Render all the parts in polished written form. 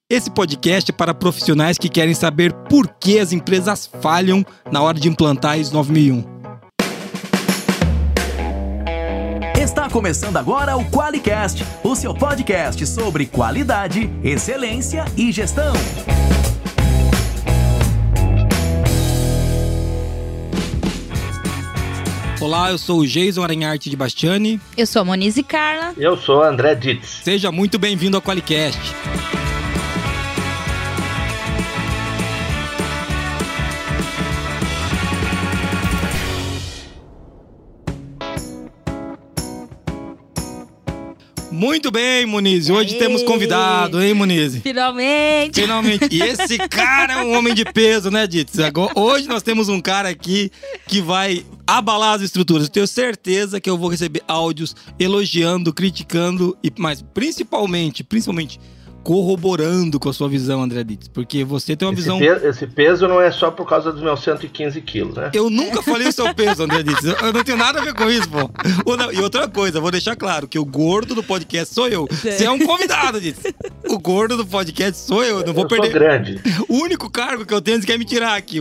Esse podcast é para profissionais que querem saber por que as empresas falham na hora de implantar a ISO 9001. Está começando agora o QualiCast, o seu podcast sobre qualidade, excelência e gestão. Olá, eu sou o Jason Aranharte de Bastiani. Eu sou a Monize Carla. Eu sou André Dietz. Seja muito bem-vindo ao QualiCast. Muito bem, Monize. Hoje temos convidado, hein, Monize? Finalmente! E esse cara é um homem de peso, né, Dietz? Hoje nós temos um cara aqui que vai abalar as estruturas. Eu tenho certeza que eu vou receber áudios elogiando, criticando, mas principalmente corroborando com a sua visão, André Dietz, porque você tem uma visão... Esse peso não é só por causa dos meus 115 quilos, né? Eu nunca falei o seu peso, André Dietz. Eu não tenho nada a ver com isso, pô. E outra coisa, vou deixar claro que o gordo do podcast sou eu. Você é um convidado, Dietz. O gordo do podcast sou eu. Não vou perder. Eu sou grande. O único cargo que eu tenho, você quer me tirar aqui.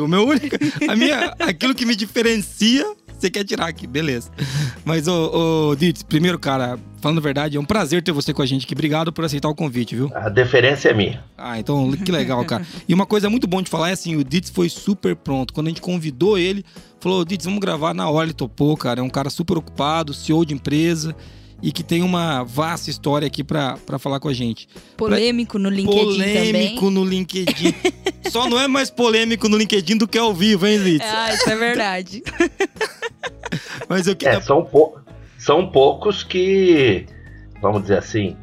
Aquilo que me diferencia, você quer tirar aqui, beleza. Mas, Dietz, primeiro, cara, falando a verdade, é um prazer ter você com a gente aqui. Obrigado por aceitar o convite, viu? A deferência é minha. Ah, então, que legal, cara. E uma coisa muito bom de falar é assim, o Dietz foi super pronto. Quando a gente convidou ele, falou, Dietz, vamos gravar na hora, ele topou, cara. É um cara super ocupado, CEO de empresa e que tem uma vasta história aqui pra falar com a gente. Polêmico no LinkedIn também. Polêmico no LinkedIn. Só não é mais polêmico no LinkedIn do que ao vivo, hein, Dietz? Ah, isso é verdade. Mas eu queria... São poucos que, vamos dizer assim,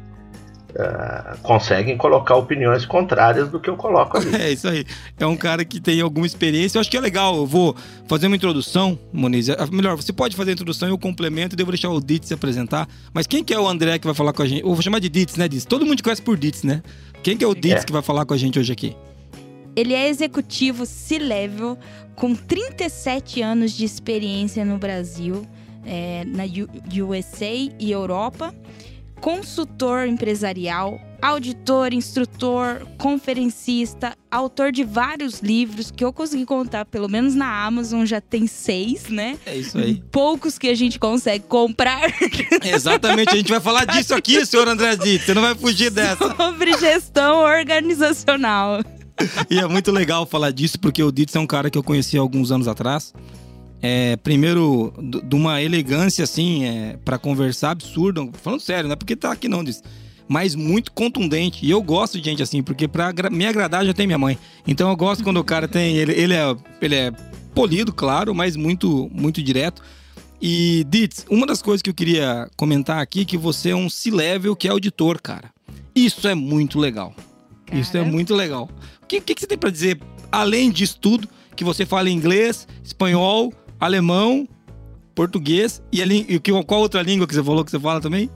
conseguem colocar opiniões contrárias do que eu coloco ali. É isso aí. É um cara que tem alguma experiência. Eu acho que é legal. Eu vou fazer uma introdução, Monize. Melhor, você pode fazer a introdução e eu complemento e devo deixar o Dietz se apresentar. Mas quem que é o André que vai falar com a gente? Eu vou chamar de Dietz, né, Dietz? Todo mundo te conhece por Dietz, né? Quem que é o Dietz que vai falar com a gente hoje aqui? Ele é executivo C-Level com 37 anos de experiência no Brasil, na USA e Europa, consultor empresarial, auditor, instrutor, conferencista, autor de vários livros que eu consegui contar, pelo menos na Amazon já tem 6, né? É isso aí. Poucos que a gente consegue comprar. Exatamente, a gente vai falar disso aqui, senhor André Dietz, você não vai fugir dessa. Sobre gestão organizacional. E é muito legal falar disso, porque o Dietz é um cara que eu conheci há alguns anos atrás. Primeiro, de uma elegância, assim, pra conversar absurda. Falando sério, não é porque tá aqui não, Dietz. Mas muito contundente. E eu gosto de gente assim, porque pra me agradar já tem minha mãe. Então eu gosto quando o cara tem... Ele é polido, claro, mas muito, muito direto. E, Dietz, uma das coisas que eu queria comentar aqui é que você é um C-Level que é auditor, cara. Isso é muito legal. Cara. Isso é muito legal. O que você tem pra dizer, além disso tudo, que você fala inglês, espanhol, alemão, português e qual outra língua que você falou que você fala também?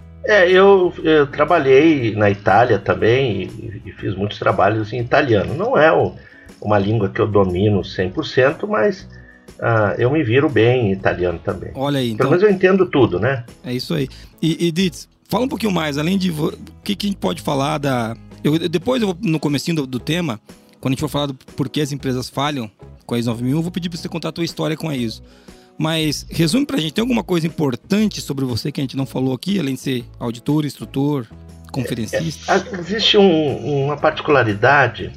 Eu trabalhei na Itália também e fiz muitos trabalhos em italiano. Não é uma língua que eu domino 100%, mas eu me viro bem em italiano também. Olha aí, então... Pelo menos eu entendo tudo, né? É isso aí. E Dietz, fala um pouquinho mais, além de... O que a gente pode falar da... Depois, no comecinho do tema, quando a gente for falar do porquê as empresas falham com a ISO 9001, eu vou pedir para você contar a tua história com a ISO. Mas resume pra gente, tem alguma coisa importante sobre você que a gente não falou aqui, além de ser auditor, instrutor, conferencista? Existe uma particularidade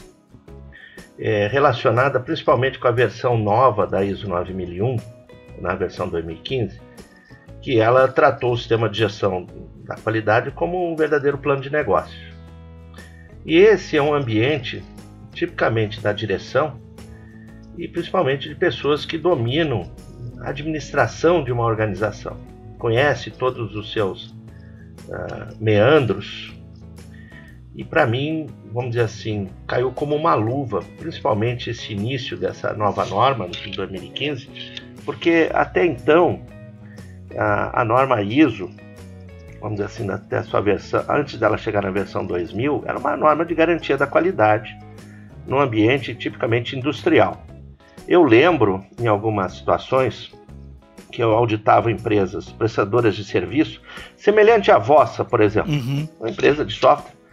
relacionada principalmente com a versão nova da ISO 9001, na versão 2015, que ela tratou o sistema de gestão da qualidade como um verdadeiro plano de negócio. E esse é um ambiente tipicamente da direção e principalmente de pessoas que dominam a administração de uma organização, conhece todos os seus meandros e para mim, vamos dizer assim, caiu como uma luva, principalmente esse início dessa nova norma de 2015, porque até então a norma ISO, vamos dizer assim, até a sua versão, antes dela chegar na versão 2000, era uma norma de garantia da qualidade num ambiente tipicamente industrial. Eu lembro, em algumas situações, que eu auditava empresas prestadoras de serviço, semelhante à vossa, por exemplo, uma empresa de software,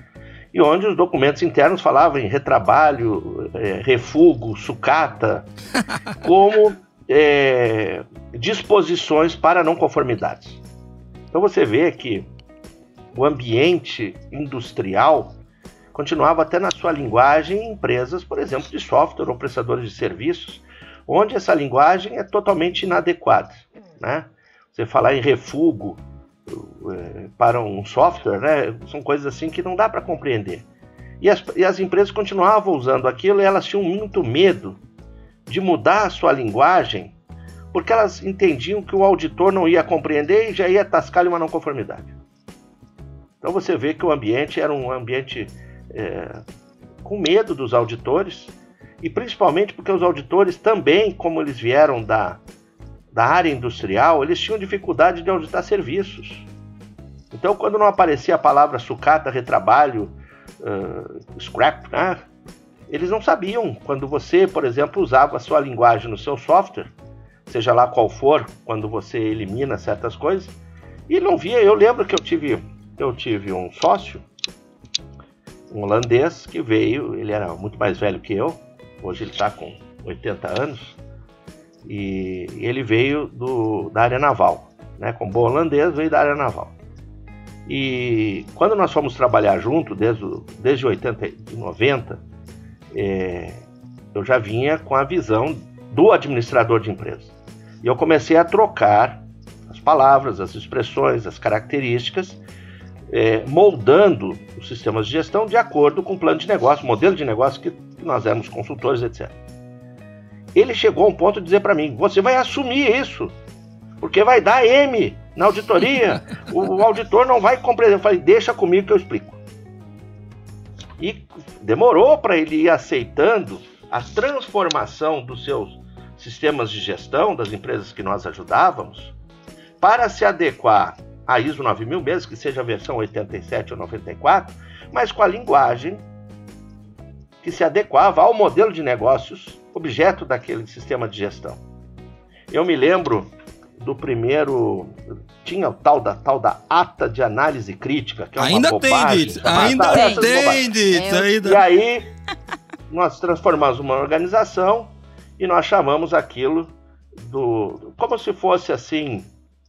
e onde os documentos internos falavam em retrabalho, refúgio, sucata, como disposições para não conformidades. Então você vê que o ambiente industrial continuava até na sua linguagem em empresas, por exemplo, de software ou prestadores de serviços, onde essa linguagem é totalmente inadequada, né? Você falar em refúgio para um software, né, são coisas assim que não dá para compreender. E as empresas continuavam usando aquilo e elas tinham muito medo de mudar a sua linguagem, porque elas entendiam que o auditor não ia compreender e já ia tascar-lhe uma não conformidade. Então você vê que o ambiente era um ambiente com medo dos auditores, e principalmente porque os auditores também, como eles vieram da área industrial, eles tinham dificuldade de auditar serviços. Então, quando não aparecia a palavra sucata, retrabalho, scrap, né, eles não sabiam. Quando você, por exemplo, usava a sua linguagem no seu software, seja lá qual for, quando você elimina certas coisas, e não via. Eu lembro que eu tive um sócio, um holandês, que veio, ele era muito mais velho que eu, hoje ele está com 80 anos, e ele veio da área naval, né? Como bom holandês, veio da área naval. E quando nós fomos trabalhar junto, desde 80 e 90, eu já vinha com a visão do administrador de empresa. E eu comecei a trocar as palavras, as expressões, as características, moldando os sistemas de gestão de acordo com o plano de negócio, modelo de negócio que nós éramos consultores, etc. Ele chegou a um ponto de dizer para mim: você vai assumir isso, porque vai dar M na auditoria, o auditor não vai compreender. Eu falei: deixa comigo que eu explico. E demorou para ele ir aceitando a transformação dos seus sistemas de gestão, das empresas que nós ajudávamos, para se adequar a ISO 9000, mesmo que seja a versão 87 ou 94, mas com a linguagem que se adequava ao modelo de negócios objeto daquele sistema de gestão. Eu me lembro do primeiro, tinha o tal da ata de análise crítica, que é uma ainda bobagem. Ainda tem. E aí nós transformamos uma organização e nós chamamos aquilo como se fosse assim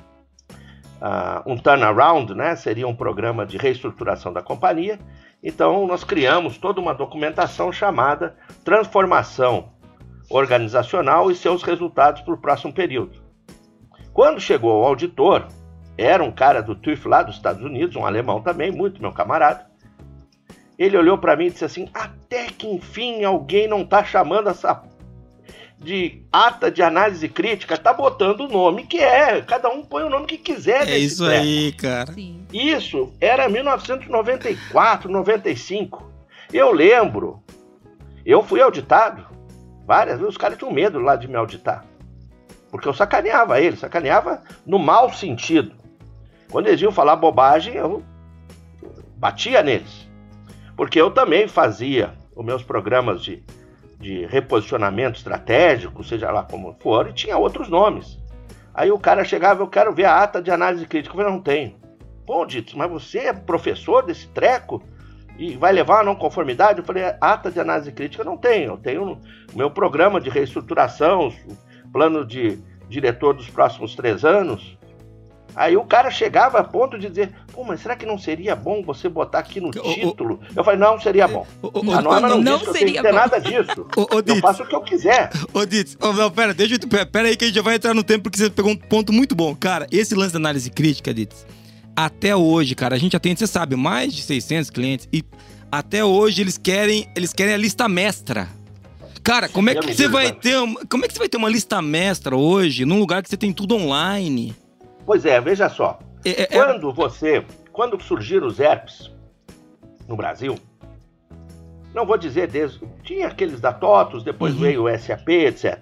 um turnaround, né? Seria um programa de reestruturação da companhia. Então nós criamos toda uma documentação chamada Transformação Organizacional e seus resultados para o próximo período. Quando chegou o auditor, era um cara do TÜV lá dos Estados Unidos, um alemão também, muito meu camarada. Ele olhou para mim e disse assim: até que enfim alguém não está chamando essa de ata de análise crítica, tá botando o nome que cada um põe o nome que quiser. É isso treco aí, cara. Sim. Isso era 1994, 95. Eu lembro, eu fui auditado várias vezes, os caras tinham medo lá de me auditar, porque eu sacaneava eles, sacaneava no mau sentido. Quando eles iam falar bobagem, eu batia neles, porque eu também fazia os meus programas de reposicionamento estratégico, seja lá como for, e tinha outros nomes. Aí o cara chegava: eu quero ver a ata de análise crítica. Eu falei: não tenho. Pô, Dito, mas você é professor desse treco e vai levar a não conformidade? Eu falei: ata de análise crítica eu não tenho. Eu tenho o meu programa de reestruturação, o plano de diretor dos próximos 3 anos. Aí o cara chegava a ponto de dizer: pô, mas será que não seria bom você botar aqui no título? Eu falei: não, seria bom. A norma não diz que eu tenho que ter nada disso. Eu faço o que eu quiser. Ô, Ditz, não, pera aí que a gente já vai entrar no tempo, porque você pegou um ponto muito bom. Cara, esse lance da análise crítica, Ditz, até hoje, cara, a gente atende, você sabe, mais de 600 clientes, e até hoje eles querem a lista mestra. Cara, como é que você vai ter uma lista mestra hoje, num lugar que você tem tudo online? Pois é, veja só. Quando surgiram os ERPs no Brasil, não vou dizer tinha aqueles da TOTUS, depois veio o SAP, etc.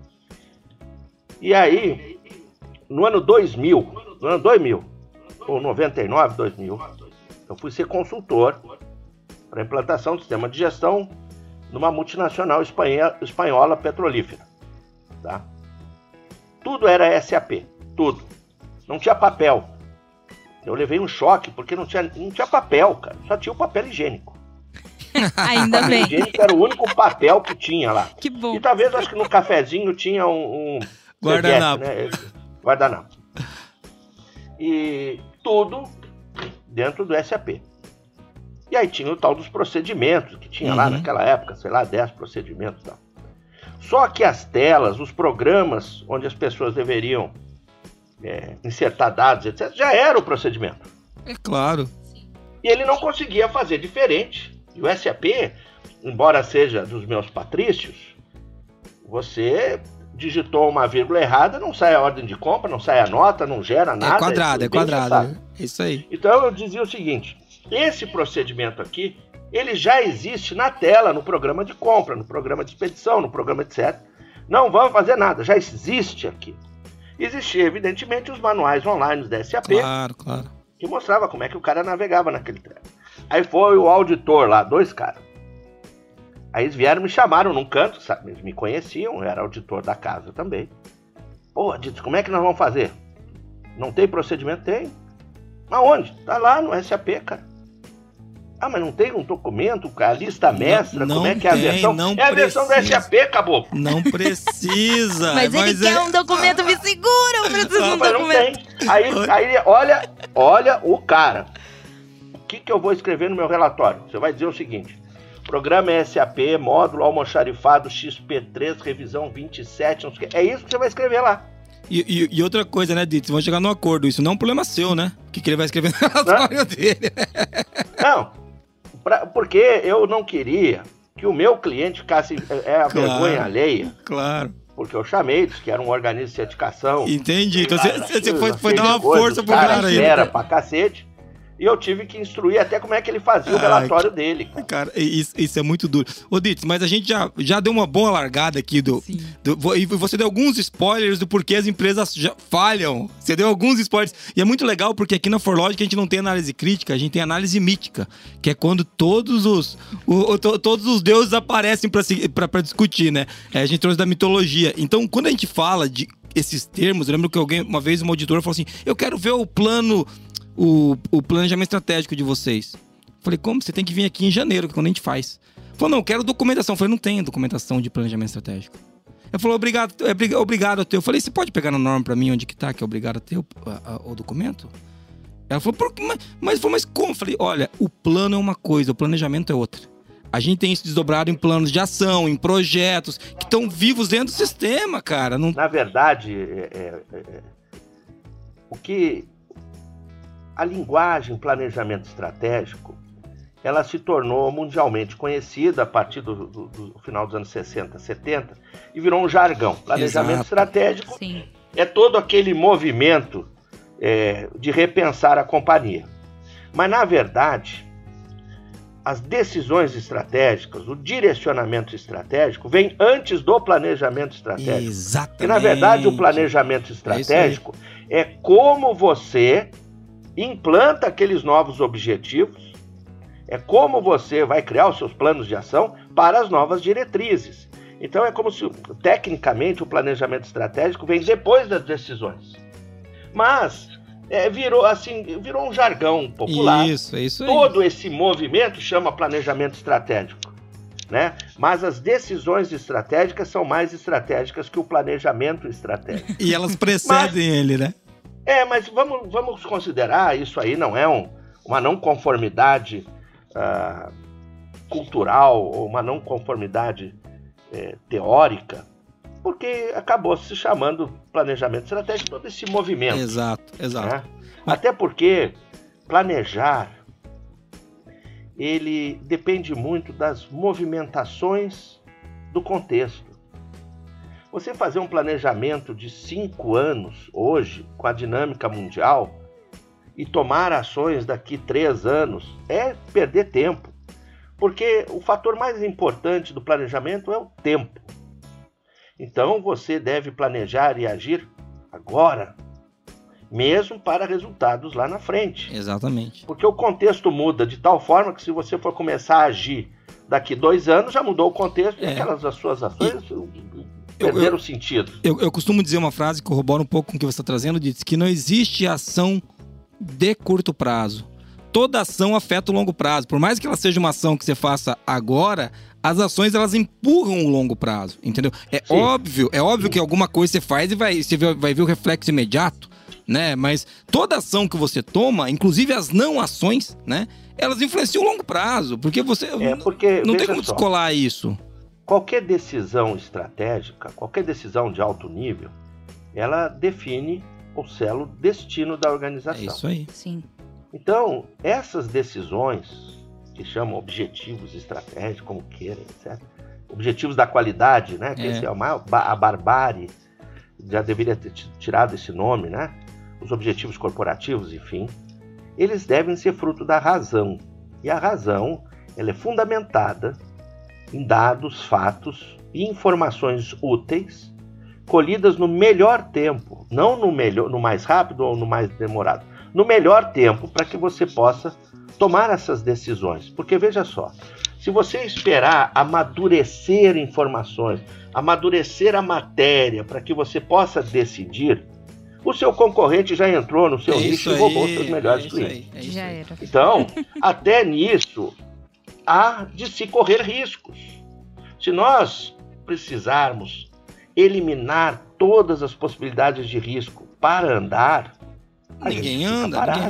E aí, no ano 2000, ou 99, 2000, eu fui ser consultor para a implantação do sistema de gestão numa multinacional espanhola petrolífera. Tá? Tudo era SAP, tudo. Não tinha papel. Eu levei um choque porque não tinha papel, cara. Só tinha o papel higiênico. Ainda Papel bem. higiênico era o único papel que tinha lá. Que bom. E talvez, acho que no cafezinho tinha um Guardanapo. serviete, né? Guardanapo. E tudo dentro do SAP. E aí tinha o tal dos procedimentos, que tinha lá naquela época, sei lá, 10 procedimentos e tal. Só que as telas, os programas onde as pessoas deveriam insertar dados, etc., já era o procedimento. É claro. E ele não conseguia fazer diferente. E o SAP, embora seja dos meus patrícios, você digitou uma vírgula errada, não sai a ordem de compra, não sai a nota, não gera nada. É quadrado. É isso aí. Então eu dizia o seguinte, esse procedimento aqui, ele já existe na tela, no programa de compra, no programa de expedição, no programa etc. Não vamos fazer nada, já existe aqui. Existia, evidentemente, os manuais online da SAP, Claro. que mostrava como é que o cara navegava naquele treco. Aí foi o auditor lá, 2 caras. Aí eles vieram, me chamaram num canto, sabe? Eles me conheciam, eu era auditor da casa também. Pô, Dito, como é que nós vamos fazer? Não tem procedimento? Tem. Aonde? Tá lá no SAP, cara. Ah, mas não tem um documento, a lista mestra, não como é que é a tem, versão? não É a versão da precisa. SAP, caboclo. Não precisa. Mas ele quer um documento, me segura, eu preciso de um Mas não documento. tem. Aí olha o cara. O que eu vou escrever no meu relatório? Você vai dizer o seguinte: programa SAP, módulo almoxarifado XP3, revisão 27, não sei o quê. É isso que você vai escrever lá. E outra coisa, né, Dito? Vão chegar num acordo. Isso não é um problema seu, né? O que ele vai escrever no relatório dele. Não, porque eu não queria que o meu cliente ficasse vergonha alheia. Claro. Porque eu chamei, disse que era um organismo de certificação. Entendi. Então você foi dar uma coisa, força pro cara aí. Era pra cacete. E eu tive que instruir até como é que ele fazia o relatório dele. Cara, isso é muito duro. Ô, Ditz, mas a gente já deu uma boa largada aqui e você deu alguns spoilers do porquê as empresas já falham. Você deu alguns spoilers. E é muito legal porque aqui na ForLogic a gente não tem análise crítica, a gente tem análise mítica, que é quando todos os deuses aparecem pra discutir, né? A gente trouxe da mitologia. Então, quando a gente fala de esses termos, eu lembro que uma vez uma auditora falou assim, eu quero ver o plano... O planejamento estratégico de vocês. Falei, como? Você tem que vir aqui em janeiro, que é quando a gente faz. Falou, não, eu quero documentação. Falei, não tem documentação de planejamento estratégico. Ela falou, obrigado a ter. Eu falei, você pode pegar na norma pra mim onde que tá, que é obrigado a ter o documento? Ela falou, mas como? Eu falei, olha, o plano é uma coisa, o planejamento é outra. A gente tem isso desdobrado em planos de ação, em projetos, que estão vivos dentro do sistema, cara. Não... Na verdade, a linguagem planejamento estratégico, ela se tornou mundialmente conhecida a partir do final dos anos 60, 70 e virou um jargão. Planejamento estratégico Sim. é todo aquele movimento de repensar a companhia. Mas, na verdade, as decisões estratégicas, o direcionamento estratégico vem antes do planejamento estratégico. Exatamente. Porque, na verdade, o planejamento estratégico é como você implanta aqueles novos objetivos, é como você vai criar os seus planos de ação para as novas diretrizes. Então é como se, tecnicamente, o planejamento estratégico vem depois das decisões. Mas virou um jargão popular. Isso aí. Todo esse movimento chama planejamento estratégico, né? Mas as decisões estratégicas são mais estratégicas que o planejamento estratégico. E elas precedem ele, né? Mas vamos considerar isso aí não é uma não conformidade cultural ou uma não conformidade teórica, porque acabou se chamando planejamento estratégico todo esse movimento. Exato. Né? Até porque planejar, ele depende muito das movimentações do contexto. Você fazer um planejamento de 5 anos hoje, com a dinâmica mundial, e tomar ações daqui 3 anos, é perder tempo. Porque o fator mais importante do planejamento é o tempo. Então você deve planejar e agir agora, mesmo para resultados lá na frente. Exatamente. Porque o contexto muda de tal forma que se você for começar a agir daqui 2 anos, já mudou o contexto e aquelas as suas ações... perderam o sentido. Eu costumo dizer uma frase que corrobora um pouco com o que você está trazendo, diz que não existe ação de curto prazo. toda ação afeta o longo prazo. Por mais que ela seja uma ação que você faça agora, as ações elas empurram o longo prazo, entendeu? É óbvio que alguma coisa você faz e você vai ver o reflexo imediato, né? Mas toda ação que você toma, inclusive as não ações, né? Elas influenciam o longo prazo, porque não tem como descolar isso. Qualquer decisão estratégica, qualquer decisão de alto nível, ela define ou sela o destino da organização. É isso aí. Sim. Então, essas decisões, que chamam objetivos estratégicos, como queira, etc. Objetivos da qualidade, né? Que esse é a barbárie, já deveria ter tirado esse nome, né? Os objetivos corporativos, enfim, eles devem ser fruto da razão. E a razão, ela é fundamentada em dados, fatos e informações úteis, colhidas no melhor tempo, não no mais rápido ou no mais demorado, no melhor tempo, para que você possa tomar essas decisões. Porque veja só, se você esperar amadurecer informações, amadurecer a matéria para que você possa decidir, o seu concorrente já entrou no seu nicho e roubou seus melhores clientes. Já era. Então, até nisso, há de se correr riscos. Se nós precisarmos eliminar todas as possibilidades de risco para andar, ninguém anda.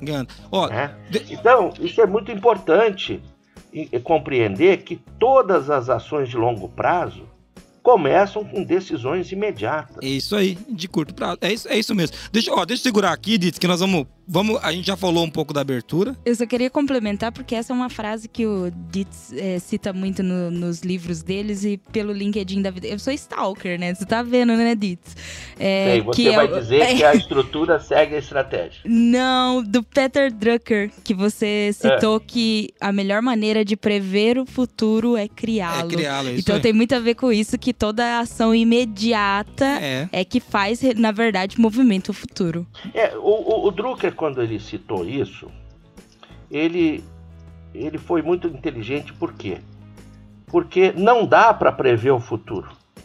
Ó, Então, isso é muito importante compreender que todas as ações de longo prazo começam com decisões imediatas. É isso aí, de curto prazo. É isso mesmo. Deixa eu segurar aqui, Ditz, que nós vamos... A gente já falou um pouco da abertura. Eu só queria complementar, porque essa é uma frase que o Ditz cita muito nos livros deles e pelo LinkedIn da vida. Eu sou stalker, né? Você tá vendo, né, Ditz? Você vai dizer que a estrutura segue a estratégia. Não, do Peter Drucker, que você citou que a melhor maneira de prever o futuro é criá-lo. Então tem muito a ver com isso, que toda ação imediata é que faz, na verdade, movimento o futuro. O Drucker, quando ele citou isso, ele foi muito inteligente. Por quê? Porque não dá para prever o futuro.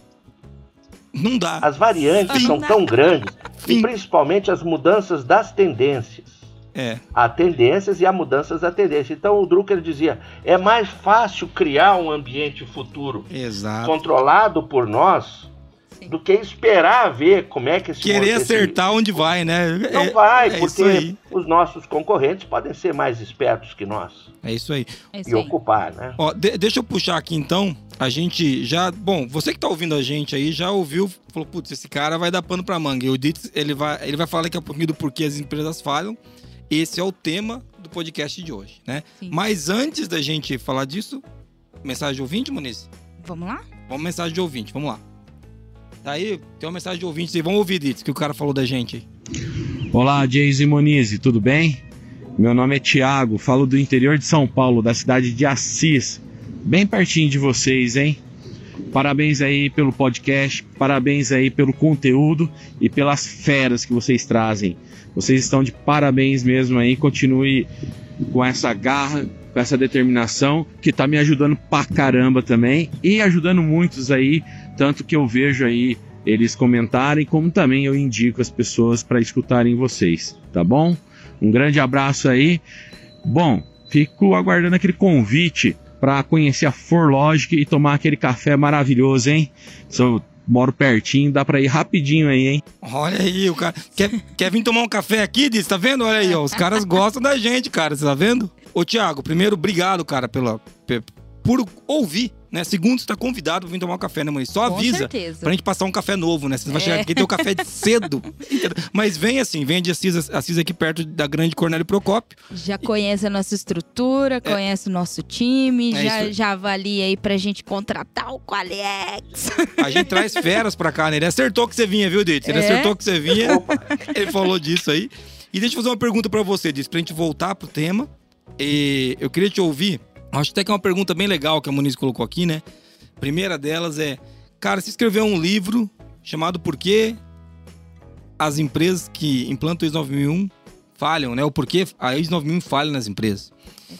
Não dá. As variantes são tão grandes, e principalmente as mudanças das tendências. Há tendências e há mudanças da tendência. Então o Drucker dizia, é mais fácil criar um ambiente futuro controlado por nós do que esperar ver como é que esse querer acertar onde vai, né? Não vai, porque os nossos concorrentes podem ser mais espertos que nós. É isso aí. E ocupar, né? Ó, deixa eu puxar aqui então. A gente já... Bom, você que tá ouvindo a gente aí já ouviu, falou, putz, esse cara vai dar pano pra manga. E o Ditz, ele vai falar daqui a pouquinho do porquê as empresas falham. Esse é o tema do podcast de hoje, né? Sim. Mas antes da gente falar disso, mensagem de ouvinte, Moniz? Vamos lá? Vamos, mensagem de ouvinte, vamos lá. Daí, tem uma mensagem de ouvinte aí. Vamos ouvir, Ditz, que o cara falou da gente aí. Olá, Jays e Moniz, tudo bem? Meu nome é Thiago, falo do interior de São Paulo, da cidade de Assis. Bem pertinho de vocês, hein? Parabéns aí pelo podcast, parabéns aí pelo conteúdo e pelas feras que vocês trazem. Vocês estão de parabéns mesmo aí, continue com essa garra, com essa determinação, que tá me ajudando pra caramba também, e ajudando muitos aí, tanto que eu vejo aí eles comentarem, como também eu indico as pessoas para escutarem vocês, tá bom? Um grande abraço aí. Bom, fico aguardando aquele convite para conhecer a ForLogic e tomar aquele café maravilhoso, hein? Moro pertinho, dá pra ir rapidinho aí, hein? Olha aí, o cara quer vir tomar um café aqui, Ditz? Tá vendo? Olha aí, ó, os caras gostam da gente, cara, você tá vendo? Ô, Thiago, primeiro, obrigado, cara, por ouvir, né? Segundo, você tá convidado pra vir tomar um café, né, mãe? Só avisa pra gente passar um café novo, né? Você vai chegar aqui e ter o café de cedo. Mas vem de Assis aqui perto da Grande Cornélio Procópio. Já conhece a nossa estrutura, conhece o nosso time, já avalia aí pra gente contratar o Qualiex. A gente traz feras pra cá, né? Ele acertou que você vinha, viu, Ditz? Ele acertou que você vinha. Ele falou disso aí. E deixa eu fazer uma pergunta pra você, Ditz, pra gente voltar pro tema. E eu queria te ouvir. Acho até que é uma pergunta bem legal que a Moniz colocou aqui, né? A primeira delas é... Cara, você escreveu um livro chamado Por que as empresas que implantam o ISO 9001 falham, né? O porquê a ISO 9001 falha nas empresas.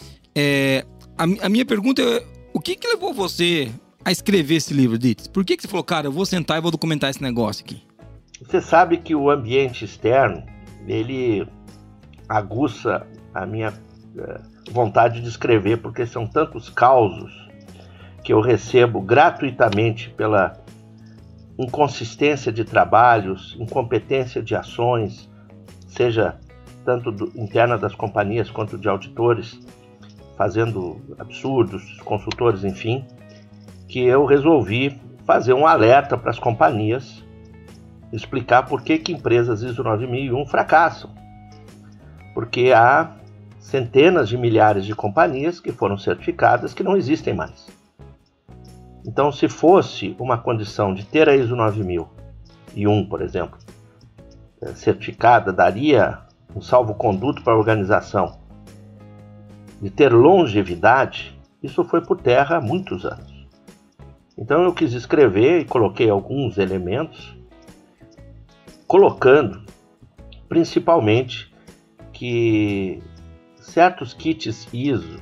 A minha pergunta é... O que levou você a escrever esse livro, Ditz? Por que você falou, cara, eu vou sentar e vou documentar esse negócio aqui? Você sabe que o ambiente externo, ele aguça a minha vontade de escrever, porque são tantos causos que eu recebo gratuitamente pela inconsistência de trabalhos, incompetência de ações, seja tanto interna das companhias quanto de auditores, fazendo absurdos, consultores, enfim, que eu resolvi fazer um alerta para as companhias, explicar por que empresas ISO 9001 fracassam. Porque há centenas de milhares de companhias que foram certificadas que não existem mais. Então, se fosse uma condição de ter a ISO 9001, por exemplo, certificada, daria um salvo-conduto para a organização, de ter longevidade, isso foi por terra há muitos anos. Então eu quis escrever e coloquei alguns elementos, colocando principalmente que certos kits ISO,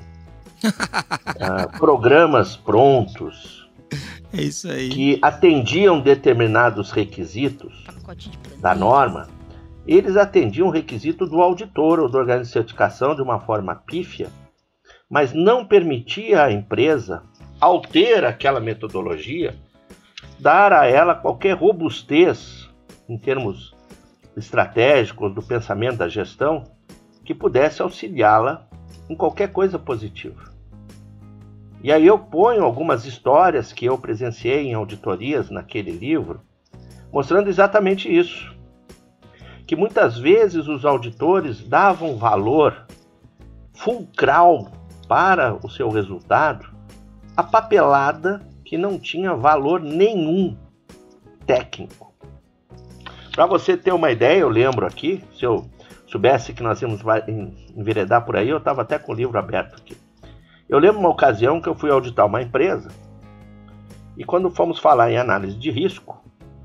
programas prontos, é isso aí, que atendiam determinados requisitos da norma, eles atendiam o requisito do auditor ou do organismo de certificação de uma forma pífia, mas não permitia à empresa, ao ter aquela metodologia, dar a ela qualquer robustez em termos estratégicos do pensamento da gestão que pudesse auxiliá-la em qualquer coisa positiva. E aí eu ponho algumas histórias que eu presenciei em auditorias naquele livro, mostrando exatamente isso. Que muitas vezes os auditores davam valor fulcral para o seu resultado a papelada que não tinha valor nenhum técnico. Para você ter uma ideia, eu lembro aqui, se eu soubesse que nós íamos enveredar por aí, eu estava até com o livro aberto aqui. Eu lembro uma ocasião que eu fui auditar uma empresa e quando fomos falar em análise de risco,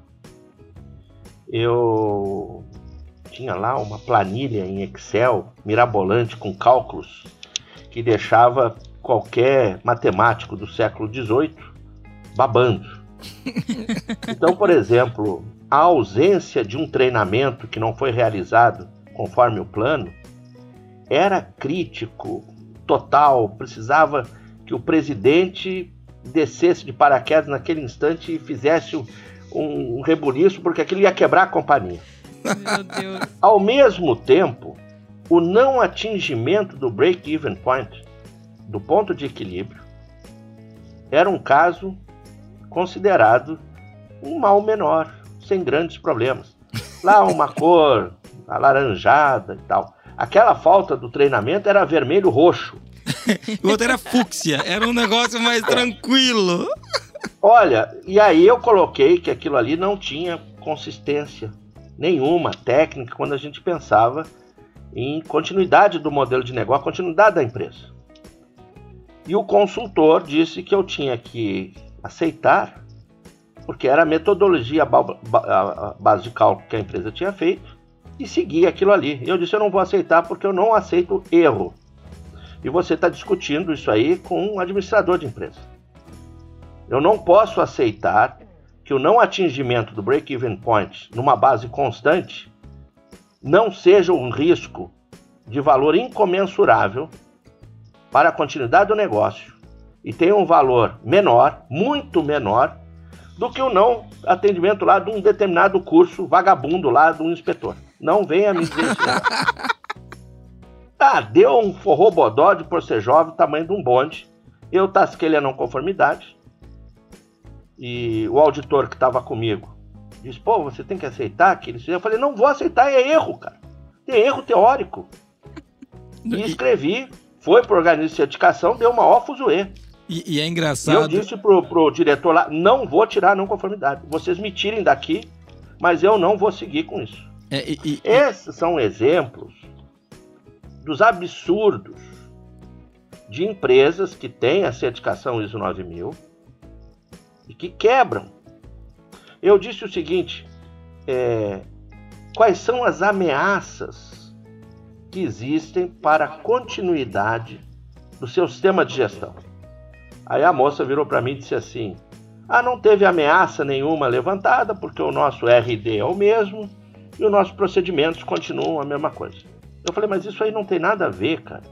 eu tinha lá uma planilha em Excel mirabolante com cálculos que deixava qualquer matemático do século XVIII babando. Então, por exemplo, a ausência de um treinamento que não foi realizado conforme o plano era crítico, total, precisava que o presidente descesse de paraquedas naquele instante e fizesse um rebuliço, porque aquilo ia quebrar a companhia. Meu Deus. Ao mesmo tempo, o não atingimento do break-even point, do ponto de equilíbrio, era um caso considerado um mal menor, sem grandes problemas. Lá uma cor alaranjada e tal. Aquela falta do treinamento era vermelho-roxo. O outro era fúcsia, era um negócio mais tranquilo. Olha, e aí eu coloquei que aquilo ali não tinha consistência nenhuma técnica quando a gente pensava em continuidade do modelo de negócio, continuidade da empresa. E o consultor disse que eu tinha que aceitar, porque era a metodologia, a base de cálculo que a empresa tinha feito, e seguir aquilo ali. Eu disse, eu não vou aceitar porque eu não aceito erro. E você está discutindo isso aí com um administrador de empresa. Eu não posso aceitar que o não atingimento do break-even point numa base constante não seja um risco de valor incomensurável para a continuidade do negócio e tenha um valor menor, muito menor, do que o não atendimento lá de um determinado curso vagabundo lá de um inspetor. Não venha me dizer isso. Deu um forró-bodó de por ser jovem, tamanho de um bonde. Eu tasquei ele a não conformidade. E o auditor que estava comigo disse, pô, você tem que aceitar que eles... Eu falei, não vou aceitar, é erro, cara. Tem erro teórico. E escrevi, foi pro organismo de certificação, deu uma ó fuzuê. E é engraçado... Eu disse pro diretor lá, não vou tirar a não conformidade. Vocês me tirem daqui, mas eu não vou seguir com isso. Esses são exemplos dos absurdos de empresas que têm a certificação ISO 9000 e que quebram. Eu disse o seguinte, quais são as ameaças que existem para a continuidade do seu sistema de gestão? Aí a moça virou para mim e disse assim, não teve ameaça nenhuma levantada porque o nosso RD é o mesmo e os nossos procedimentos continuam a mesma coisa. Eu falei, mas isso aí não tem nada a ver, cara.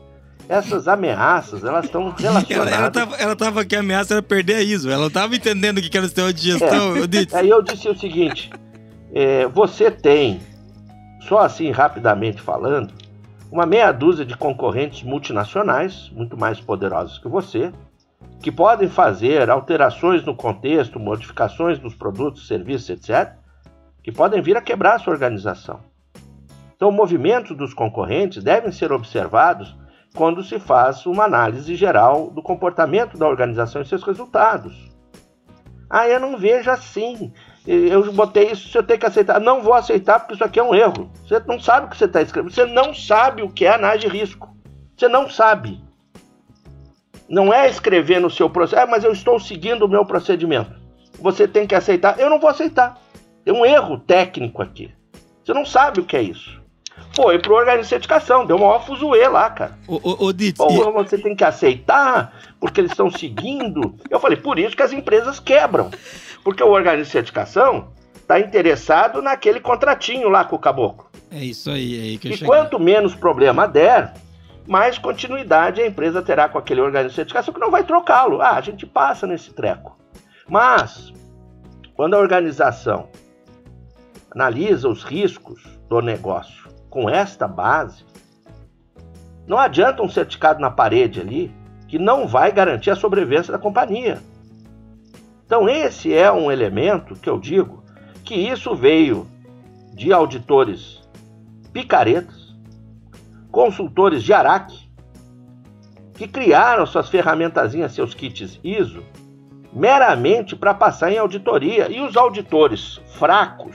essas ameaças, elas estão relacionadas... Ela tava que a ameaça era perder a ISO. Ela não tava entendendo o que era o sistema de gestão. Aí eu disse o seguinte, você tem, só assim rapidamente falando, uma meia dúzia de concorrentes multinacionais, muito mais poderosos que você, que podem fazer alterações no contexto, modificações nos produtos, serviços, etc., que podem vir a quebrar a sua organização. Então, movimentos dos concorrentes devem ser observados quando se faz uma análise geral do comportamento da organização e seus resultados. Eu não vejo assim. Eu botei isso, você tem que aceitar. Não vou aceitar porque isso aqui é um erro. Você não sabe o que você está escrevendo. Você não sabe o que é análise de risco. Você não sabe. Não é escrever no seu processo, mas eu estou seguindo o meu procedimento. Você tem que aceitar. Eu não vou aceitar. Tem um erro técnico aqui. Você não sabe o que é isso. Foi pro organismo de certificação, deu uma fuzuê lá, cara. Você tem que aceitar, porque eles estão seguindo. Eu falei, por isso que as empresas quebram. Porque o organismo de certificação está interessado naquele contratinho lá com o caboclo. É isso aí que eu cheguei. E quanto menos problema der, mais continuidade a empresa terá com aquele organismo de certificação que não vai trocá-lo. A gente passa nesse treco. Mas, quando a organização analisa os riscos do negócio com esta base, não adianta um certificado na parede ali que não vai garantir a sobrevivência da companhia. Então esse é um elemento que eu digo que isso veio de auditores picaretas, consultores de Araque, que criaram suas ferramentazinhas, seus kits ISO, meramente para passar em auditoria. E os auditores fracos,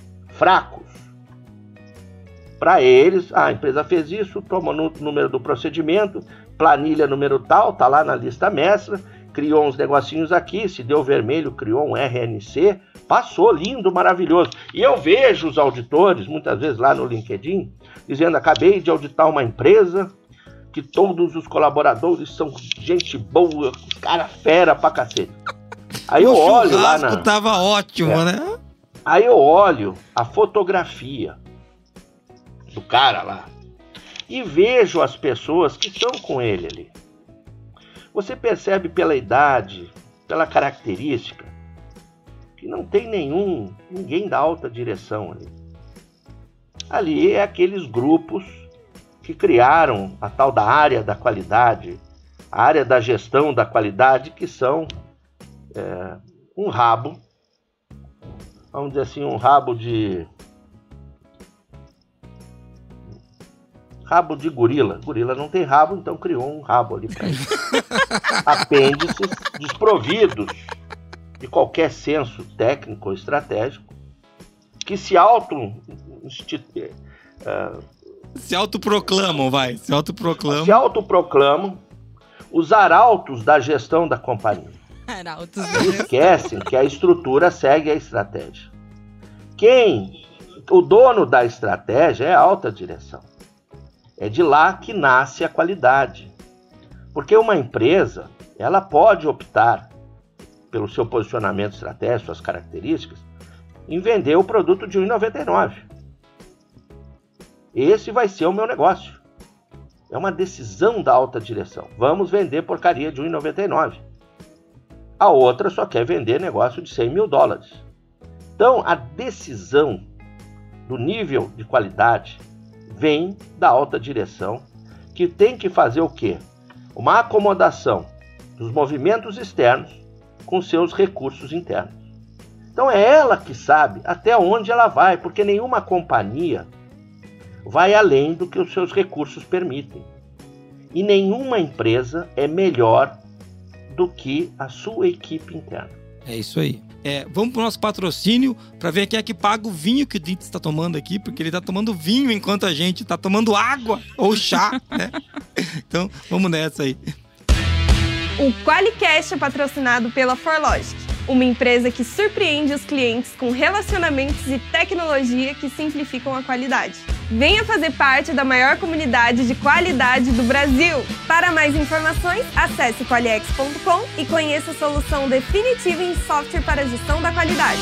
para eles, a empresa fez isso, toma o número do procedimento, planilha número tal, tá lá na lista mestra, criou uns negocinhos aqui, se deu vermelho, criou um RNC, passou, lindo, maravilhoso. E eu vejo os auditores, muitas vezes lá no LinkedIn, dizendo, acabei de auditar uma empresa, que todos os colaboradores são gente boa, os caras fera pra cacete. Aí eu olho lá na... tava ótimo, né? Aí eu olho a fotografia do cara lá e vejo as pessoas que estão com ele ali. Você percebe pela idade, pela característica, que não tem ninguém da alta direção ali. Ali é aqueles grupos que criaram a tal da área da qualidade, a área da gestão da qualidade, que são um rabo, vamos dizer assim, um rabo de gorila. Gorila não tem rabo, então criou um rabo ali para ele. Apêndices desprovidos de qualquer senso técnico ou estratégico, que se autoproclamam os arautos da gestão da companhia. E esquecem que a estrutura segue a estratégia. O dono da estratégia é a alta direção. É de lá que nasce a qualidade. Porque uma empresa, ela pode optar pelo seu posicionamento estratégico, suas características, em vender o produto de R$1,99. Esse vai ser o meu negócio. É uma decisão da alta direção. Vamos vender porcaria de R$1,99. A outra só quer vender negócio de $100 mil. Então, a decisão do nível de qualidade vem da alta direção, que tem que fazer o quê? Uma acomodação dos movimentos externos com seus recursos internos. Então é ela que sabe até onde ela vai, porque nenhuma companhia vai além do que os seus recursos permitem. E nenhuma empresa é melhor do que a sua equipe interna. É isso aí. Vamos pro nosso patrocínio para ver quem é que paga o vinho que o Dito está tomando aqui, porque ele está tomando vinho enquanto a gente está tomando água ou chá, né? Então, vamos nessa aí. O QualiCast é patrocinado pela ForLogic, uma empresa que surpreende os clientes com relacionamentos e tecnologia que simplificam a qualidade. Venha fazer parte da maior comunidade de qualidade do Brasil. Para mais informações, acesse qualiex.com e conheça a solução definitiva em software para a gestão da qualidade.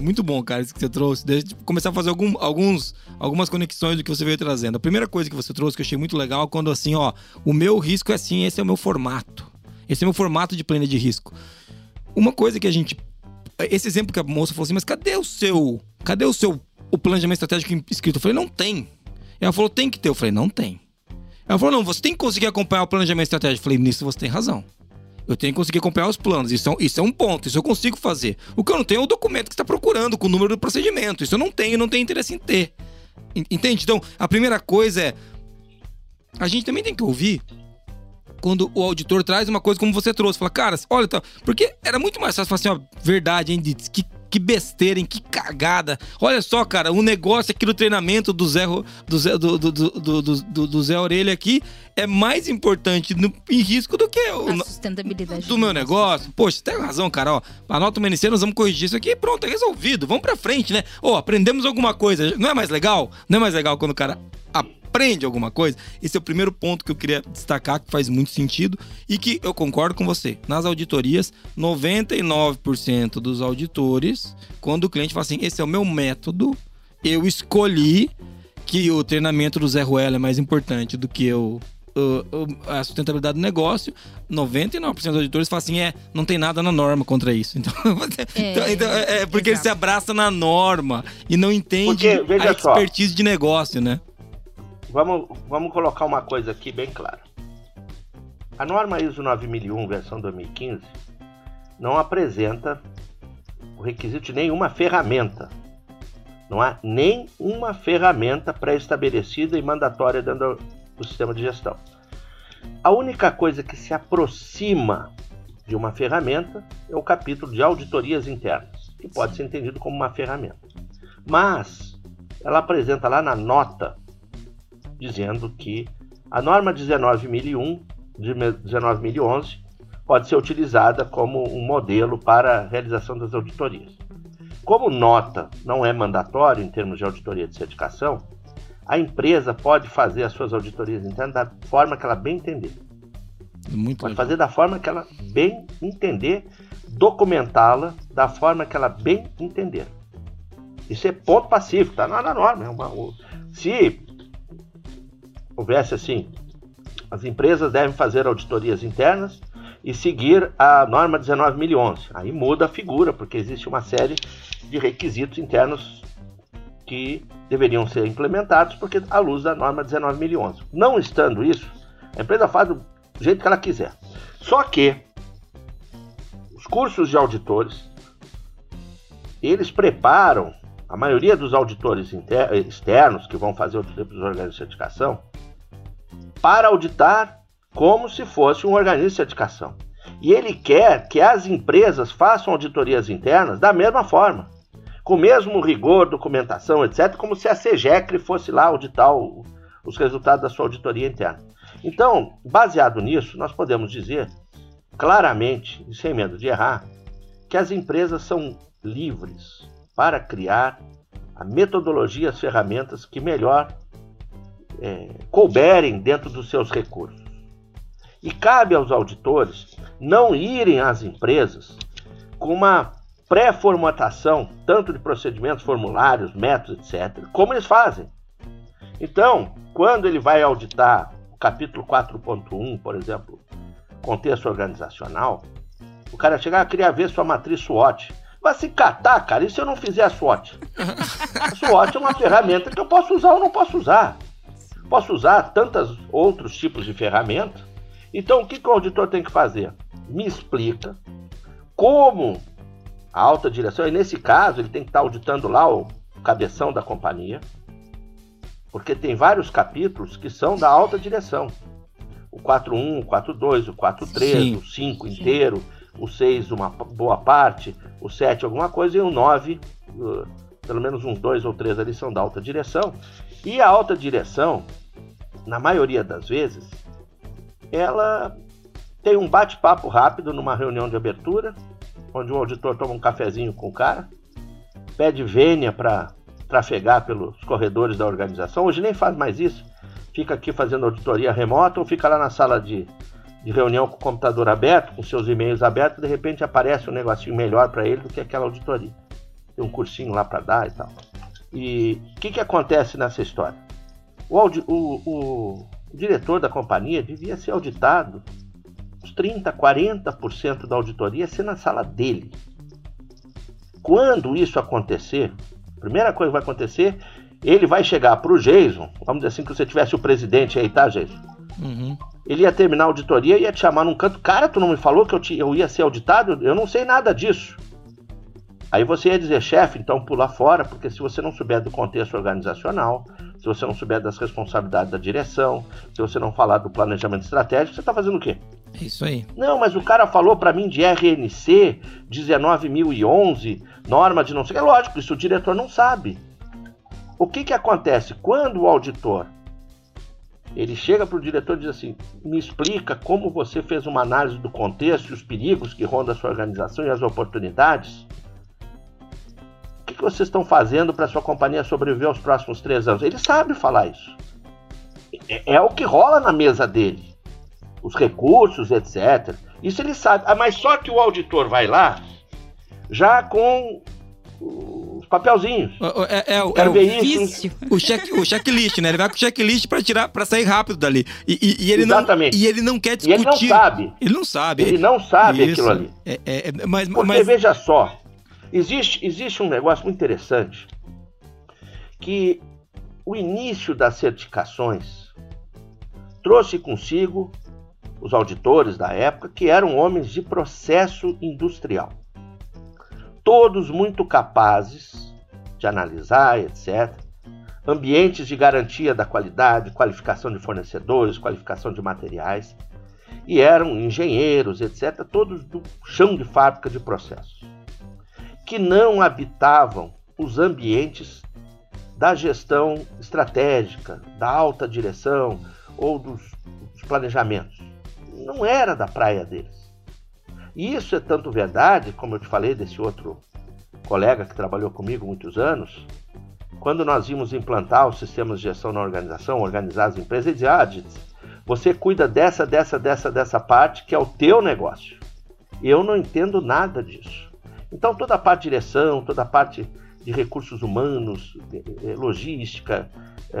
muito bom, cara, isso que você trouxe. Deixa eu começar a fazer algumas conexões do que você veio trazendo. A primeira coisa que você trouxe que eu achei muito legal, quando assim, ó, o meu risco é assim, esse é o meu formato. Esse é o meu formato de planilha de risco. Uma coisa que a gente... Esse exemplo que a moça falou assim, mas cadê o planejamento estratégico escrito? Eu falei, não tem. Ela falou, tem que ter. Eu falei, não tem. Ela falou, não, você tem que conseguir acompanhar o planejamento estratégico. Eu falei, nisso você tem razão. Eu tenho que conseguir acompanhar os planos. Isso é um ponto, isso eu consigo fazer. O que eu não tenho é o documento que você está procurando, com o número do procedimento. Isso eu não tenho interesse em ter. Entende? Então, a primeira coisa é... A gente também tem que ouvir quando o auditor traz uma coisa como você trouxe. Fala, cara, olha, tá... Porque era muito mais fácil falar assim, ó, verdade, hein, que besteira, hein, que cagada. Olha só, cara, um negócio aqui do treinamento do Zé Orelha aqui é mais importante em risco do que a sustentabilidade do meu negócio. Poxa, você tem razão, cara, ó, anota uma NC, nós vamos corrigir isso aqui e pronto, é resolvido. Vamos pra frente, né? Ó, aprendemos alguma coisa. Não é mais legal? Não é mais legal quando o cara aprende alguma coisa? Esse é o primeiro ponto que eu queria destacar, que faz muito sentido e que eu concordo com você. Nas auditorias, 99% dos auditores, quando o cliente fala assim, esse é o meu método, eu escolhi que o treinamento do Zé Ruela é mais importante do que a sustentabilidade do negócio, 99% dos auditores falam assim, não tem nada na norma contra isso. Então, porque ele se abraça na norma e não entende a expertise de negócio, né? Vamos colocar uma coisa aqui bem clara. A norma ISO 9001, versão 2015, não apresenta o requisito de nenhuma ferramenta. Não há nenhuma ferramenta pré-estabelecida e mandatória dentro do sistema de gestão. A única coisa que se aproxima de uma ferramenta é o capítulo de auditorias internas, que pode ser entendido como uma ferramenta. Mas ela apresenta lá na nota dizendo que a norma 19.001 de 19.011 pode ser utilizada como um modelo para a realização das auditorias. Como nota não é mandatório em termos de auditoria de certificação, a empresa pode fazer as suas auditorias internas da forma que ela bem entender. Pode fazer da forma que ela bem entender, documentá-la da forma que ela bem entender. Isso é ponto pacífico, está na norma. Se houvesse assim, as empresas devem fazer auditorias internas e seguir a norma 19.011. Aí muda a figura, porque existe uma série de requisitos internos que deveriam ser implementados, porque à luz da norma 19.011. Não estando isso, a empresa faz do jeito que ela quiser. Só que os cursos de auditores, eles preparam a maioria dos auditores externos que vão fazer auditoria para os organismos de certificação para auditar como se fosse um organismo de certificação. E ele quer que as empresas façam auditorias internas da mesma forma, com o mesmo rigor, documentação, etc., como se a CEGECRE fosse lá auditar os resultados da sua auditoria interna. Então, baseado nisso, nós podemos dizer claramente, e sem medo de errar, que as empresas são livres para criar a metodologia e as ferramentas que melhor couberem dentro dos seus recursos. E cabe aos auditores não irem às empresas com uma pré-formatação, tanto de procedimentos, formulários, métodos, etc., como eles fazem. Então, quando ele vai auditar o capítulo 4.1, por exemplo, contexto organizacional, o cara chega, queria ver sua matriz SWOT. Vai se catar, cara, e se eu não fizer a SWOT? A SWOT é uma ferramenta que eu posso usar ou não posso usar. Posso usar tantos outros tipos de ferramenta. Então, o que o auditor tem que fazer? Me explica como a alta direção, e nesse caso ele tem que estar auditando lá o cabeção da companhia, porque tem vários capítulos que são da alta direção. O 4.1, o 4.2, o 4.3, o 5 inteiro, o 6 uma boa parte, o 7 alguma coisa e o 9, pelo menos uns 2 ou 3 ali são da alta direção. E a alta direção, na maioria das vezes, ela tem um bate-papo rápido numa reunião de abertura, onde o auditor toma um cafezinho com o cara, pede vênia para trafegar pelos corredores da organização. Hoje nem faz mais isso, fica aqui fazendo auditoria remota ou fica lá na sala de reunião com o computador aberto, com seus e-mails abertos, e de repente aparece um negocinho melhor para ele do que aquela auditoria. tem um cursinho lá para dar e tal. E o que acontece nessa história? O diretor da companhia devia ser auditado, uns 30%, 40% da auditoria ser na sala dele. Quando isso acontecer, a primeira coisa que vai acontecer, ele vai chegar para o Jason, vamos dizer assim, que você tivesse o presidente aí, tá, Jason? Uhum. Ele ia terminar a auditoria e ia te chamar num canto. Cara, tu não me falou que eu ia ser auditado? Eu não sei nada disso. Aí você ia dizer, chefe, então pula fora, porque se você não souber do contexto organizacional, se você não souber das responsabilidades da direção, se você não falar do planejamento estratégico, você está fazendo o quê? É isso aí. Não, mas o cara falou para mim de RNC 19.011, norma de não sei o que. É lógico, isso o diretor não sabe. O que acontece? Quando o auditor ele chega para o diretor e diz assim, me explica como você fez uma análise do contexto e os perigos que rondam a sua organização e as oportunidades. O que vocês estão fazendo para a sua companhia sobreviver aos próximos 3 anos? Ele sabe falar isso. É o que rola na mesa dele. Os recursos, etc. Isso ele sabe. Mas só que o auditor vai lá já com os papelzinhos. O vício. O checklist, né? Ele vai com o checklist para sair rápido dali. E ele Exatamente. E ele não quer discutir. E ele não sabe. Ele não sabe. Ele não sabe isso. Aquilo ali. Porque veja só, existe um negócio muito interessante, que o início das certificações trouxe consigo os auditores da época, que eram homens de processo industrial. Todos muito capazes de analisar, etc. Ambientes de garantia da qualidade, qualificação de fornecedores, qualificação de materiais. E eram engenheiros, etc. Todos do chão de fábrica de processos. Que não habitavam os ambientes da gestão estratégica, da alta direção ou dos planejamentos. Não era da praia deles. E isso é tanto verdade, como eu te falei desse outro colega que trabalhou comigo muitos anos, quando nós íamos implantar os sistemas de gestão na organização, organizar as empresas, ele dizia, você cuida dessa parte que é o teu negócio. Eu não entendo nada disso. Então toda a parte de direção, toda a parte de recursos humanos, logística,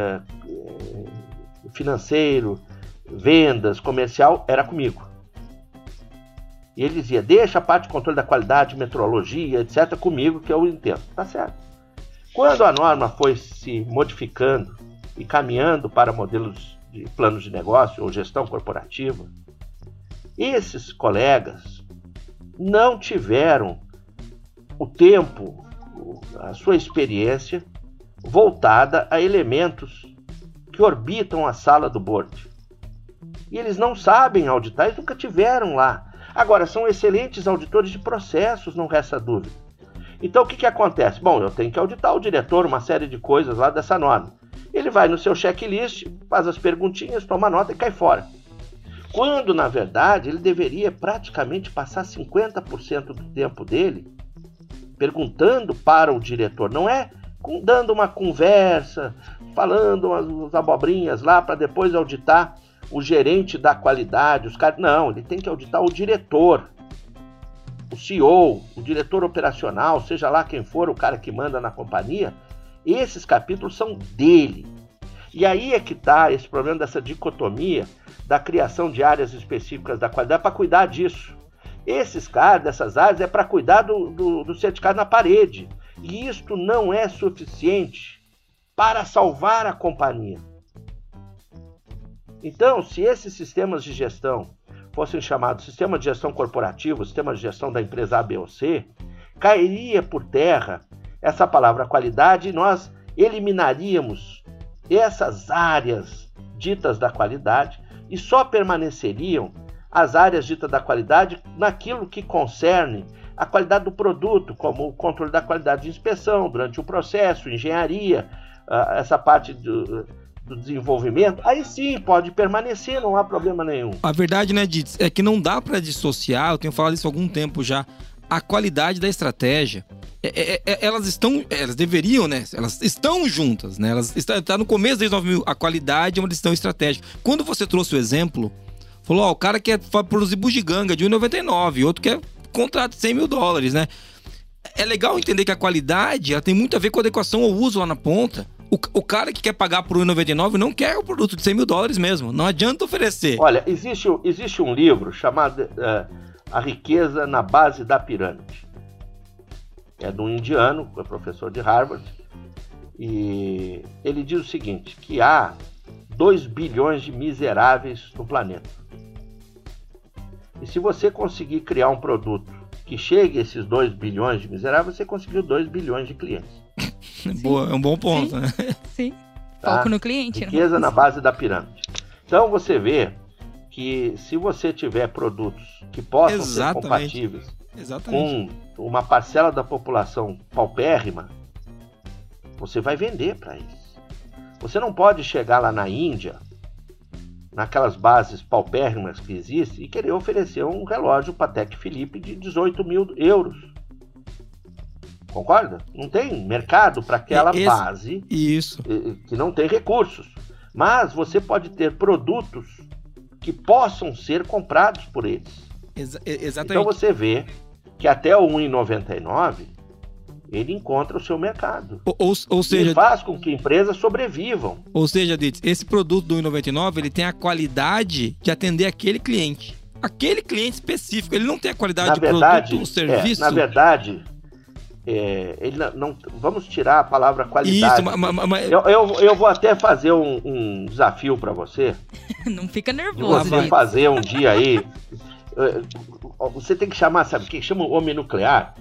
financeiro, vendas, comercial, era comigo. E ele dizia, deixa a parte de controle da qualidade, metrologia, etc, comigo que eu entendo. Tá certo. Quando a norma foi se modificando e caminhando para modelos de planos de negócio ou gestão corporativa, esses colegas não tiveram o tempo, a sua experiência voltada a elementos que orbitam a sala do board. E eles não sabem auditar, eles nunca tiveram lá. Agora, são excelentes auditores de processos, não resta dúvida. Então, o que acontece? Bom, eu tenho que auditar o diretor, uma série de coisas lá dessa norma. Ele vai no seu checklist, faz as perguntinhas, toma nota e cai fora. Quando, na verdade, ele deveria praticamente passar 50% do tempo dele perguntando para o diretor. Não é dando uma conversa, falando umas abobrinhas lá para depois auditar o gerente da qualidade, os caras. Não, ele tem que auditar o diretor, o CEO, o diretor operacional, seja lá quem for o cara que manda na companhia. Esses capítulos são dele. E aí é que está esse problema dessa dicotomia da criação de áreas específicas da qualidade para cuidar disso. Esses caras dessas áreas é para cuidar do certificado na parede. E isto não é suficiente para salvar a companhia. Então, se esses sistemas de gestão fossem chamados sistema de gestão corporativo, sistema de gestão da empresa A, B ou C, cairia por terra essa palavra qualidade e nós eliminaríamos essas áreas ditas da qualidade e só permaneceriam as áreas ditas da qualidade naquilo que concerne a qualidade do produto, como o controle da qualidade de inspeção durante o processo, engenharia, essa parte do desenvolvimento, aí sim pode permanecer, não há problema nenhum. A verdade, né, Dietz, é que não dá para dissociar, eu tenho falado isso há algum tempo já, a qualidade da estratégia. Elas deveriam, né? Elas estão juntas, né? Elas estão no começo desde 2000. A qualidade é uma decisão estratégica. Quando você trouxe o exemplo, falou, o cara quer produzir bugiganga de 1,99, outro quer contrato de $100 mil, né? é legal entender que a qualidade ela tem muito a ver com a adequação ao uso lá na ponta. O cara que quer pagar por R$1,99 não quer o produto de $100 mil mesmo. Não adianta oferecer. Olha, existe um livro chamado A Riqueza na Base da Pirâmide. É de um indiano, que é professor de Harvard. E ele diz o seguinte, que há 2 bilhões de miseráveis no planeta. E se você conseguir criar um produto que chegue a esses 2 bilhões de miseráveis, você conseguiu 2 bilhões de clientes. Boa, é um bom ponto, Sim. né? Sim. Tá? Foco no cliente. Riqueza na base da pirâmide. Então você vê que se você tiver produtos que possam ser compatíveis com uma parcela da população paupérrima, você vai vender para eles. Você não pode chegar lá na Índia, naquelas bases paupérrimas que existem, e querer oferecer um relógio Patek Philippe de 18 mil euros. Concorda? Não tem mercado para aquela base que não tem recursos. Mas você pode ter produtos que possam ser comprados por eles. Exatamente. Então você vê que até o R$1,99 ele encontra o seu mercado. Ou seja, e faz com que empresas sobrevivam. Ou seja, Ditz, esse produto do R$1,99 ele tem a qualidade de atender aquele cliente. Aquele cliente específico. Ele não tem a qualidade de produto ou serviço. Na verdade... ele não, vamos tirar a palavra qualidade. Isso, eu vou até fazer um desafio para você. Não fica nervoso. Você fazer um dia aí. Você tem que chamar, sabe o que? Chama o homem nuclear.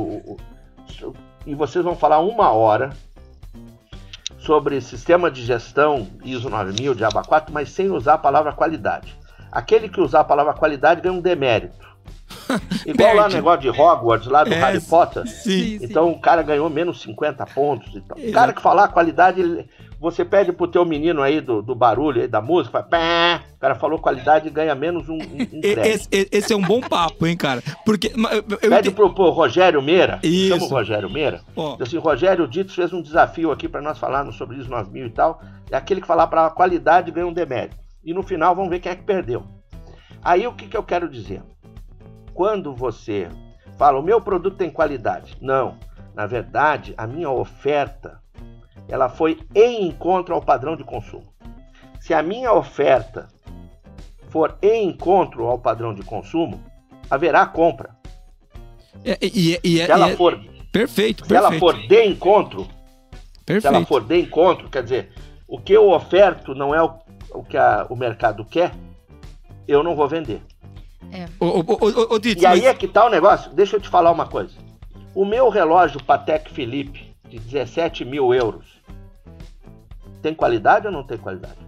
E vocês vão falar 1 hora sobre sistema de gestão ISO 9000, Diaba 4, mas sem usar a palavra qualidade. Aquele que usar a palavra qualidade ganha um demérito. Igual lá no negócio de Hogwarts, lá do Harry Potter. Sim. Então o cara ganhou menos 50 pontos. Então. O cara que falar a qualidade, você pede pro teu menino aí do barulho, aí, da música, fala, o cara falou qualidade e ganha menos um crédito. Esse é um bom papo, hein, cara? Porque pede pro Rogério Meira, Isso. chama o Rogério Meira. Diz assim, Rogério, o Dito fez um desafio aqui para nós falarmos sobre ISO 9000 e tal. É aquele que falar para a qualidade ganha um demérito. E no final vamos ver quem é que perdeu. Aí o que eu quero dizer? Quando você fala, o meu produto tem qualidade. Não, na verdade, a minha oferta, ela foi em encontro ao padrão de consumo. Se a minha oferta for em encontro ao padrão de consumo, haverá compra. Se ela for perfeito. Se ela for de encontro, quer dizer, o que eu oferto não é o que o mercado quer, eu não vou vender. Ditz, e aí é que tá o negócio. Deixa eu te falar uma coisa. O meu relógio Patek Philippe de 17 mil euros tem qualidade ou não tem qualidade?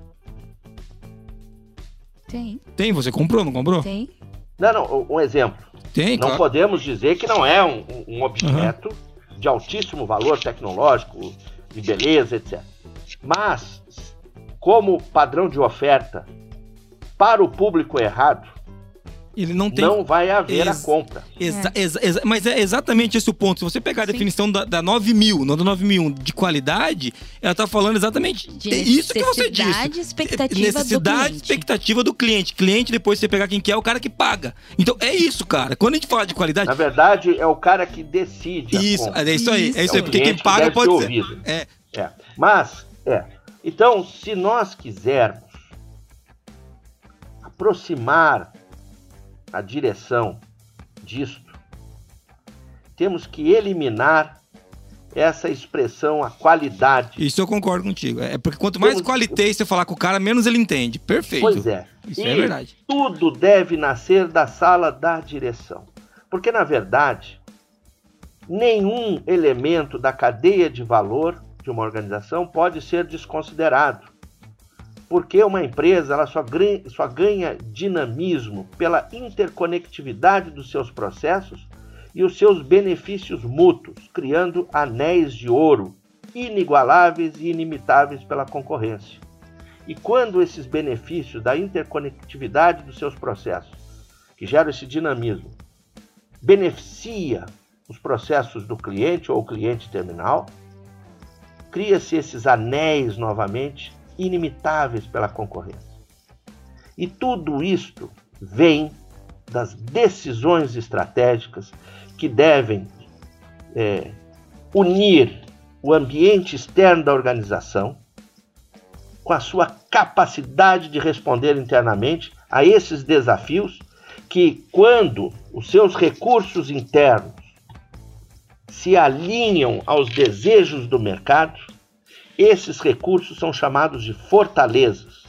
Tem, você comprou, não comprou? Tem. Não, um exemplo. Tem, não claro. Podemos dizer que não é um objeto de altíssimo valor tecnológico, de beleza, etc. Mas, como padrão de oferta para o público errado, ele não vai haver a compra. Mas é exatamente esse o ponto. Se você pegar a definição da 9000, não da 9001, de qualidade, ela tá falando exatamente isso que você disse. Necessidade, expectativa do cliente. Cliente, depois você pegar quem quer, é o cara que paga. Então é isso, cara. Quando a gente fala de qualidade... Na verdade, é o cara que decide isso, a compra. É isso aí. Porque quem paga pode ser. Mas, então, se nós quisermos aproximar a direção disto, temos que eliminar essa expressão, a qualidade. Isso eu concordo contigo. É porque quanto mais qualitei você falar com o cara, menos ele entende. Perfeito. Pois é. Isso é verdade. Tudo deve nascer da sala da direção. Porque, na verdade, nenhum elemento da cadeia de valor de uma organização pode ser desconsiderado. Porque uma empresa ela só ganha dinamismo pela interconectividade dos seus processos e os seus benefícios mútuos, criando anéis de ouro inigualáveis e inimitáveis pela concorrência. E quando esses benefícios da interconectividade dos seus processos, que geram esse dinamismo, beneficia os processos do cliente ou o cliente terminal, cria-se esses anéis novamente inimitáveis pela concorrência. E tudo isto vem das decisões estratégicas que devem unir o ambiente externo da organização com a sua capacidade de responder internamente a esses desafios que, quando os seus recursos internos se alinham aos desejos do mercado, esses recursos são chamados de fortalezas.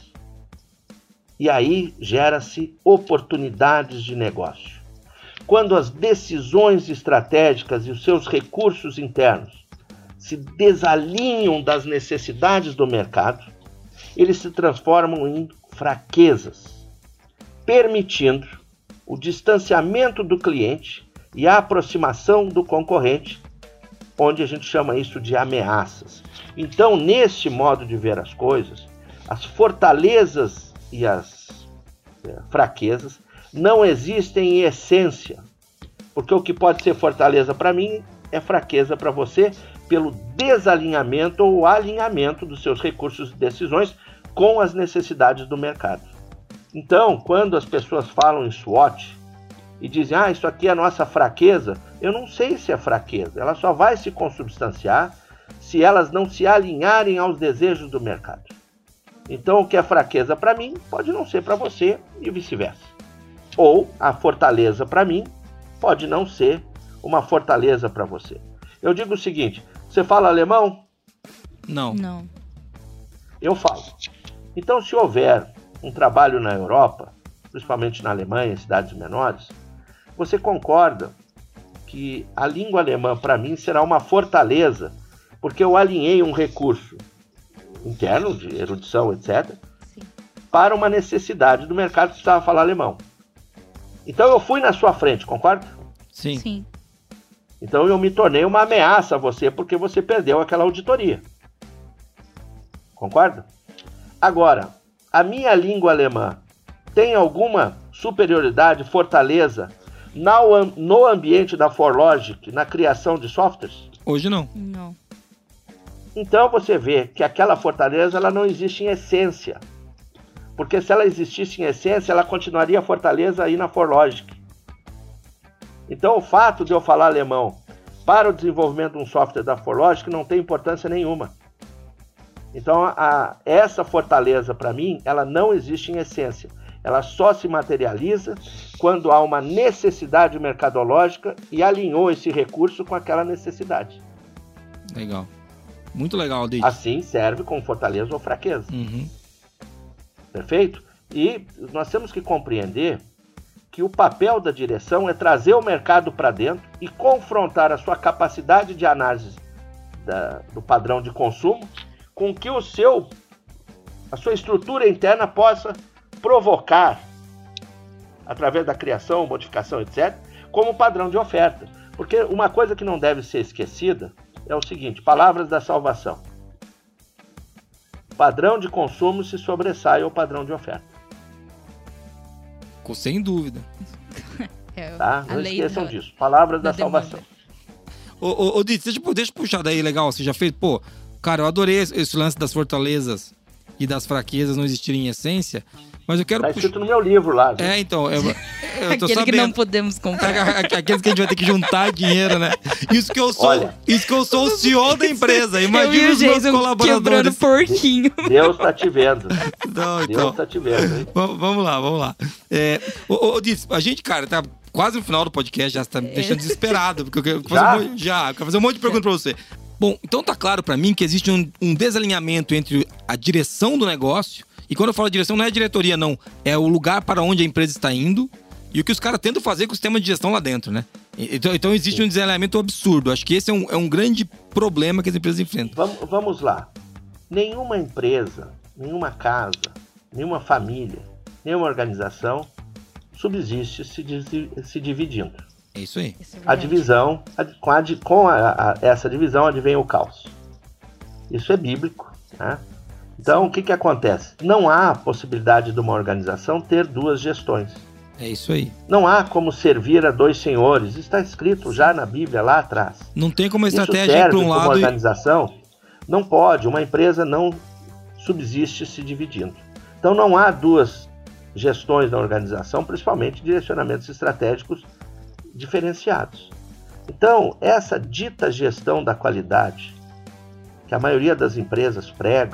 E aí gera-se oportunidades de negócio. Quando as decisões estratégicas e os seus recursos internos se desalinham das necessidades do mercado, eles se transformam em fraquezas, permitindo o distanciamento do cliente e a aproximação do concorrente, onde a gente chama isso de ameaças. Então, neste modo de ver as coisas, as fortalezas e as fraquezas não existem em essência, porque o que pode ser fortaleza para mim é fraqueza para você, pelo desalinhamento ou alinhamento dos seus recursos e decisões com as necessidades do mercado. Então, quando as pessoas falam em SWOT e dizem, isso aqui é a nossa fraqueza, eu não sei se é fraqueza, ela só vai se consubstanciar se elas não se alinharem aos desejos do mercado. Então, o que é fraqueza para mim pode não ser para você e vice-versa. Ou a fortaleza para mim pode não ser uma fortaleza para você. Eu digo o seguinte, você fala alemão? Não. Eu falo. Então, se houver um trabalho na Europa, principalmente na Alemanha, em cidades menores, você concorda que a língua alemã, para mim, será uma fortaleza, porque eu alinhei um recurso interno, de erudição, etc., Sim. para uma necessidade do mercado que precisava falar alemão. Então, eu fui na sua frente, concorda? Sim. Então, eu me tornei uma ameaça a você, porque você perdeu aquela auditoria. Concorda? Agora, a minha língua alemã tem alguma superioridade, fortaleza no ambiente da ForLogic, na criação de softwares? Hoje não. Então você vê que aquela fortaleza ela não existe em essência. Porque se ela existisse em essência, ela continuaria fortaleza aí na ForLogic. Então o fato de eu falar alemão para o desenvolvimento de um software da ForLogic não tem importância nenhuma. Então essa fortaleza para mim, ela não existe em essência. Ela só se materializa quando há uma necessidade mercadológica e alinhou esse recurso com aquela necessidade. Legal. Muito legal, Deide. Assim serve como fortaleza ou fraqueza. Uhum. Perfeito? E nós temos que compreender que o papel da direção é trazer o mercado para dentro e confrontar a sua capacidade de análise do padrão de consumo com que a sua estrutura interna possa provocar, através da criação, modificação, etc., como padrão de oferta. Porque uma coisa que não deve ser esquecida é o seguinte, palavras da salvação. O padrão de consumo se sobressai ao padrão de oferta. Sem dúvida. Tá? Não esqueçam disso. Palavras da salvação. Ô Didi, deixa eu puxar daí, legal, você já fez? Pô, cara, eu adorei esse lance das fortalezas e das fraquezas não existirem em essência, mas eu quero... Tá escrito no meu livro lá. Viu? Então, eu tô Aquele sabendo. que não podemos comprar. Aqueles que a gente vai ter que juntar dinheiro, né? Isso que eu sou o CEO da empresa. Imagina os meus colaboradores. Quebrando porquinho. Deus tá te vendo. Deus tá te vendo. Hein? Vamos lá. Ô, Didi, a gente, cara, tá quase no final do podcast, já tá me deixando desesperado, porque eu quero fazer um monte de perguntas pra você. Bom, então tá claro pra mim que existe um desalinhamento entre a direção do negócio, e quando eu falo direção não é a diretoria, não. É o lugar para onde a empresa está indo e o que os caras tentam fazer com o sistema de gestão lá dentro, né? Então existe um desalinhamento absurdo. Acho que esse é um grande problema que as empresas enfrentam. Vamos lá. Nenhuma empresa, nenhuma casa, nenhuma família, nenhuma organização subsiste se dividindo. É isso aí. A divisão, essa divisão advém o caos. Isso é bíblico, né? Então, o que acontece? Não há possibilidade de uma organização ter duas gestões. É isso aí. Não há como servir a dois senhores. Isso está escrito já na Bíblia, lá atrás. Não tem como a estratégia ir para um lado. Uma organização não pode, uma empresa não subsiste se dividindo. Então, não há duas gestões na organização, principalmente direcionamentos estratégicos diferenciados. Então, essa dita gestão da qualidade, que a maioria das empresas emprega,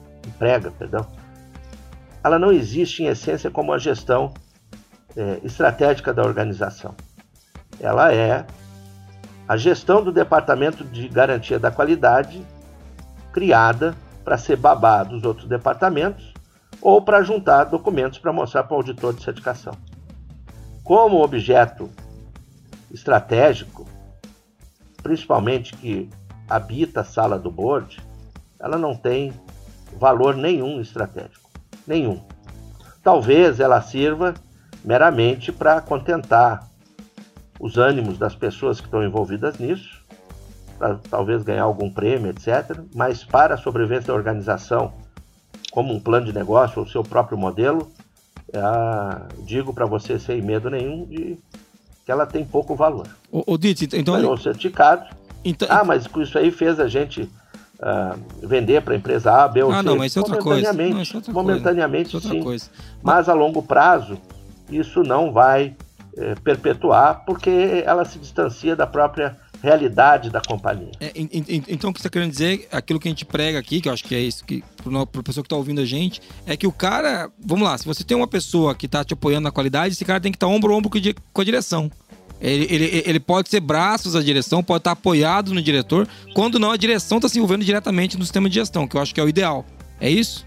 ela não existe em essência como a gestão estratégica da organização. Ela é a gestão do Departamento de Garantia da Qualidade, criada para ser babá dos outros departamentos ou para juntar documentos para mostrar para o auditor de certificação. Como objeto estratégico, principalmente que habita a sala do board, ela não tem valor nenhum estratégico. Nenhum. Talvez ela sirva meramente para contentar os ânimos das pessoas que estão envolvidas nisso, para talvez ganhar algum prêmio, etc. Mas para a sobrevivência da organização, como um plano de negócio ou seu próprio modelo, digo para você sem medo nenhum de que ela tem pouco valor. O Ditz, então... Ganhou o certificado. Então... mas isso aí fez a gente vender para a empresa A, B ou C. Não, mas isso é outra coisa. Momentaneamente, sim. Mas a longo prazo, isso não vai perpetuar, porque ela se distancia da própria realidade da companhia. Então, o que você está querendo dizer, aquilo que a gente prega aqui, que eu acho que é isso, que para a pessoa que está ouvindo a gente, é que o cara, vamos lá, se você tem uma pessoa que está te apoiando na qualidade, esse cara tem que estar ombro a ombro com a direção. Ele pode ser braços da direção, pode estar apoiado no diretor, quando não, a direção está se envolvendo diretamente no sistema de gestão, que eu acho que é o ideal. É isso?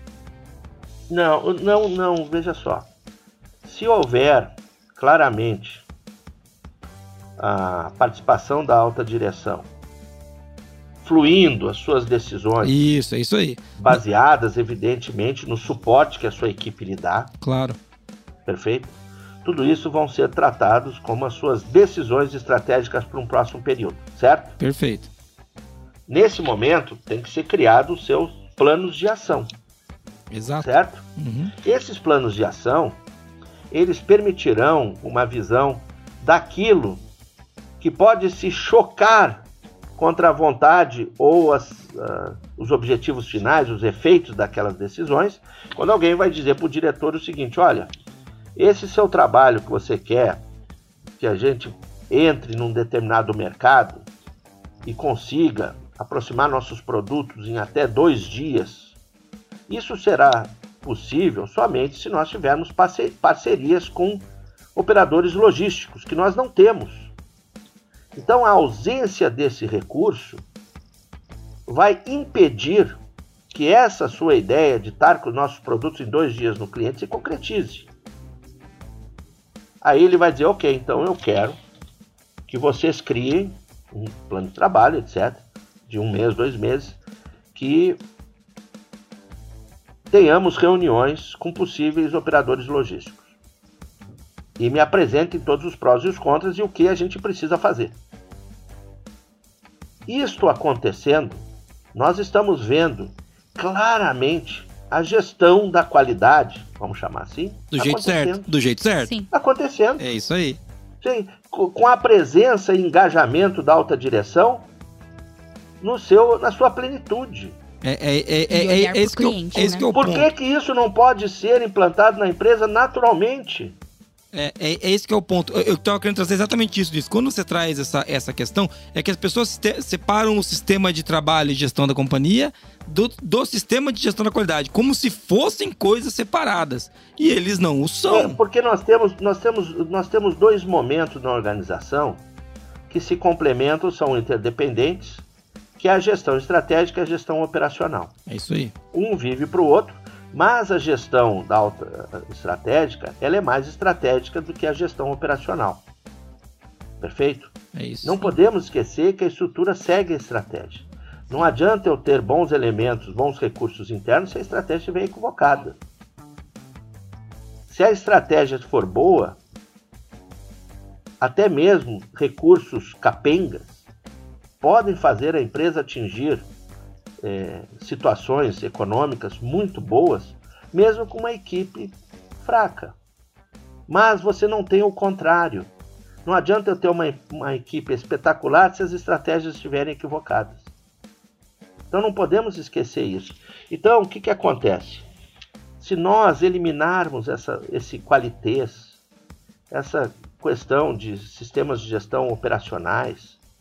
Não, veja só. Se houver claramente a participação da alta direção, fluindo as suas decisões. Isso, é isso aí. Baseadas, evidentemente, no suporte que a sua equipe lhe dá. Claro. Perfeito? Tudo isso vão ser tratados como as suas decisões estratégicas para um próximo período, certo? Perfeito. Nesse momento, tem que ser criado os seus planos de ação. Exato. Certo? Uhum. Esses planos de ação, eles permitirão uma visão daquilo que pode se chocar contra a vontade ou os objetivos finais, os efeitos daquelas decisões, quando alguém vai dizer para o diretor o seguinte: olha, esse seu trabalho que você quer que a gente entre num determinado mercado e consiga aproximar nossos produtos em até 2 dias, isso será possível somente se nós tivermos parcerias com operadores logísticos, que nós não temos. Então, a ausência desse recurso vai impedir que essa sua ideia de estar com os nossos produtos em 2 dias no cliente se concretize. Aí ele vai dizer: ok, então eu quero que vocês criem um plano de trabalho, etc., de 1 mês, 2 meses, que tenhamos reuniões com possíveis operadores logísticos e me apresentem todos os prós e os contras e o que a gente precisa fazer. Isto acontecendo, nós estamos vendo claramente a gestão da qualidade, vamos chamar assim, do jeito certo. Sim. Acontecendo. É isso aí. Sim, com a presença e engajamento da alta direção na sua plenitude. Esse que é o ponto. Por que isso não pode ser implantado na empresa naturalmente? É esse que é o ponto. Eu estava querendo trazer exatamente isso disso. Quando você traz essa questão, é que as pessoas separam o sistema de trabalho e gestão da companhia do sistema de gestão da qualidade, como se fossem coisas separadas. E eles não o são. Porque nós temos 2 momentos na organização que se complementam, são interdependentes, que é a gestão estratégica e a gestão operacional. É isso aí. Um vive para o outro, mas a gestão da alta estratégica, ela é mais estratégica do que a gestão operacional. Perfeito? É isso. Não podemos esquecer que a estrutura segue a estratégia. Não adianta eu ter bons elementos, bons recursos internos se a estratégia estiver equivocada. Se a estratégia for boa, até mesmo recursos capengas podem fazer a empresa atingir situações econômicas muito boas, mesmo com uma equipe fraca. Mas você não tem o contrário. Não adianta eu ter uma equipe espetacular se as estratégias estiverem equivocadas. Então não podemos esquecer isso. Então o que acontece? Se nós eliminarmos esse qualitês, essa questão de sistemas de gestão operacionais,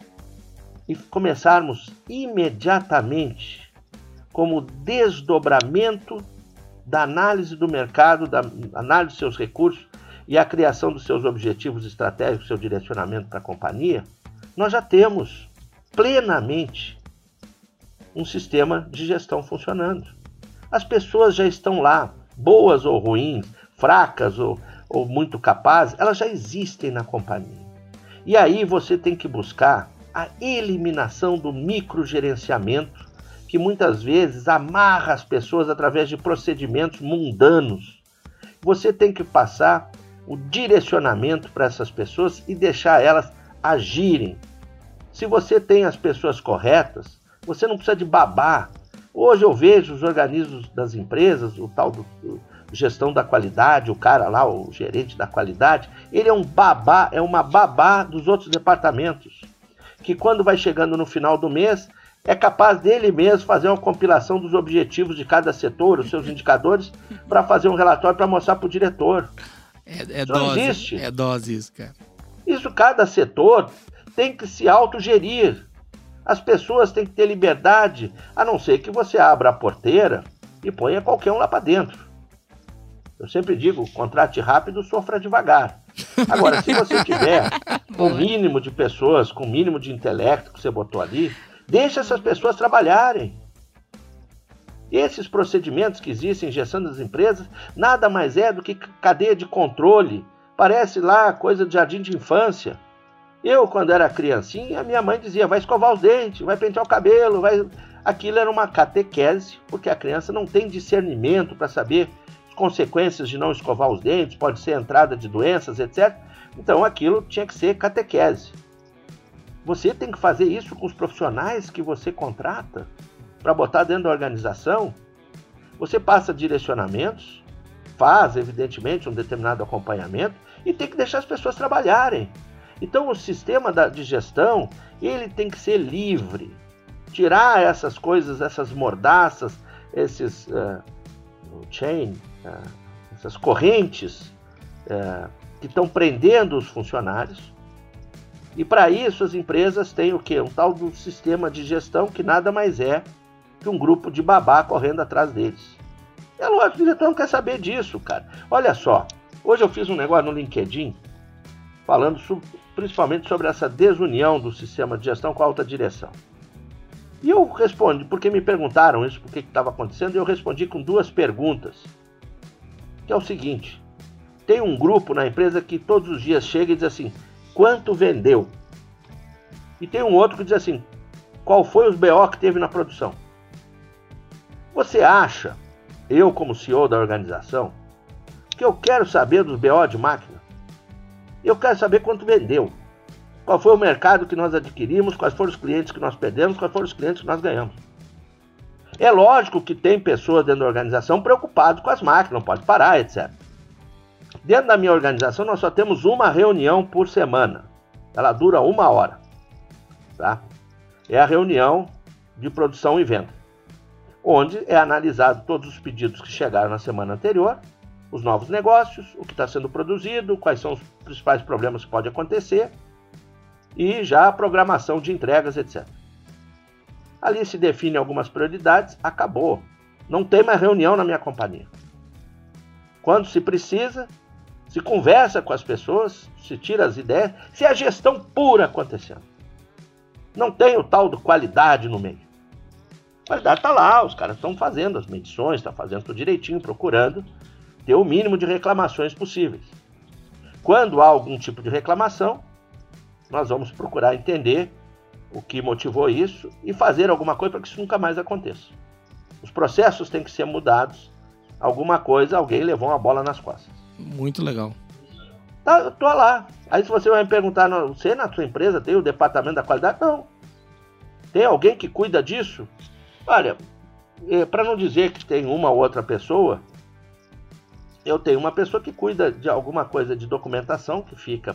e começarmos imediatamente como desdobramento da análise do mercado, da análise dos seus recursos e a criação dos seus objetivos estratégicos, seu direcionamento para a companhia, nós já temos plenamente um sistema de gestão funcionando. As pessoas já estão lá, boas ou ruins, fracas ou muito capazes, elas já existem na companhia. E aí você tem que buscar a eliminação do microgerenciamento, que muitas vezes amarra as pessoas através de procedimentos mundanos. Você tem que passar o direcionamento para essas pessoas e deixar elas agirem. Se você tem as pessoas corretas, você não precisa de babá. Hoje eu vejo os organismos das empresas, o tal do gestão da qualidade, o cara lá, o gerente da qualidade, ele é um babá, é uma babá dos outros departamentos, que quando vai chegando no final do mês, é capaz dele mesmo fazer uma compilação dos objetivos de cada setor, os seus indicadores, para fazer um relatório para mostrar para o diretor. É dose isso, cara. Isso, cada setor tem que se autogerir. As pessoas têm que ter liberdade, a não ser que você abra a porteira e ponha qualquer um lá para dentro. Eu sempre digo, contrate rápido, sofra devagar. Agora, se você tiver o mínimo de pessoas, com o mínimo de intelecto que você botou ali, deixa essas pessoas trabalharem. Esses procedimentos que existem em gestão das empresas nada mais é do que cadeia de controle. Parece lá coisa de jardim de infância. Eu, quando era criancinha, minha mãe dizia, vai escovar os dentes, vai pentear o cabelo. Aquilo era uma catequese, porque a criança não tem discernimento para saber as consequências de não escovar os dentes, pode ser entrada de doenças, etc. Então aquilo tinha que ser catequese. Você tem que fazer isso com os profissionais que você contrata para botar dentro da organização. Você passa direcionamentos, faz, evidentemente, um determinado acompanhamento e tem que deixar as pessoas trabalharem. Então, o sistema de gestão, ele tem que ser livre. Tirar essas coisas, essas mordaças, esses essas correntes que estão prendendo os funcionários. E para isso as empresas têm o quê? Um tal do sistema de gestão que nada mais é que um grupo de babá correndo atrás deles. É lógico, o diretor não quer saber disso, cara. Olha só, hoje eu fiz um negócio no LinkedIn falando principalmente sobre essa desunião do sistema de gestão com a alta direção. E eu respondi, porque me perguntaram isso, por que estava acontecendo, e eu respondi com duas perguntas. Que é o seguinte, tem um grupo na empresa que todos os dias chega e diz assim, quanto vendeu? E tem um outro que diz assim, qual foi os BO que teve na produção? Você acha, eu como CEO da organização, que eu quero saber dos BO de máquina? Eu quero saber quanto vendeu. Qual foi o mercado que nós adquirimos, quais foram os clientes que nós perdemos, quais foram os clientes que nós ganhamos. É lógico que tem pessoas dentro da organização preocupadas com as máquinas, não pode parar, etc. Dentro da minha organização nós só temos uma reunião por semana. Ela dura 1 hora. Tá? É a reunião de produção e venda, onde é analisado todos os pedidos que chegaram na semana anterior, os novos negócios, o que está sendo produzido, quais são os principais problemas que podem acontecer e já a programação de entregas, etc. Ali se define algumas prioridades, acabou. Não tem mais reunião na minha companhia. Quando se precisa, se conversa com as pessoas, se tira as ideias, se é a gestão pura acontecendo. Não tem o tal de qualidade no meio. A qualidade está lá, os caras estão fazendo as medições, estão fazendo tudo direitinho, procurando ter o mínimo de reclamações possíveis. Quando há algum tipo de reclamação, nós vamos procurar entender o que motivou isso e fazer alguma coisa para que isso nunca mais aconteça. Os processos têm que ser mudados. Alguma coisa, alguém levou uma bola nas costas. Muito legal. Tá, eu tô lá. Aí se você vai me perguntar, você na sua empresa tem o departamento da qualidade? Não. Tem alguém que cuida disso? Olha, para não dizer que tem uma ou outra pessoa, eu tenho uma pessoa que cuida de alguma coisa de documentação que fica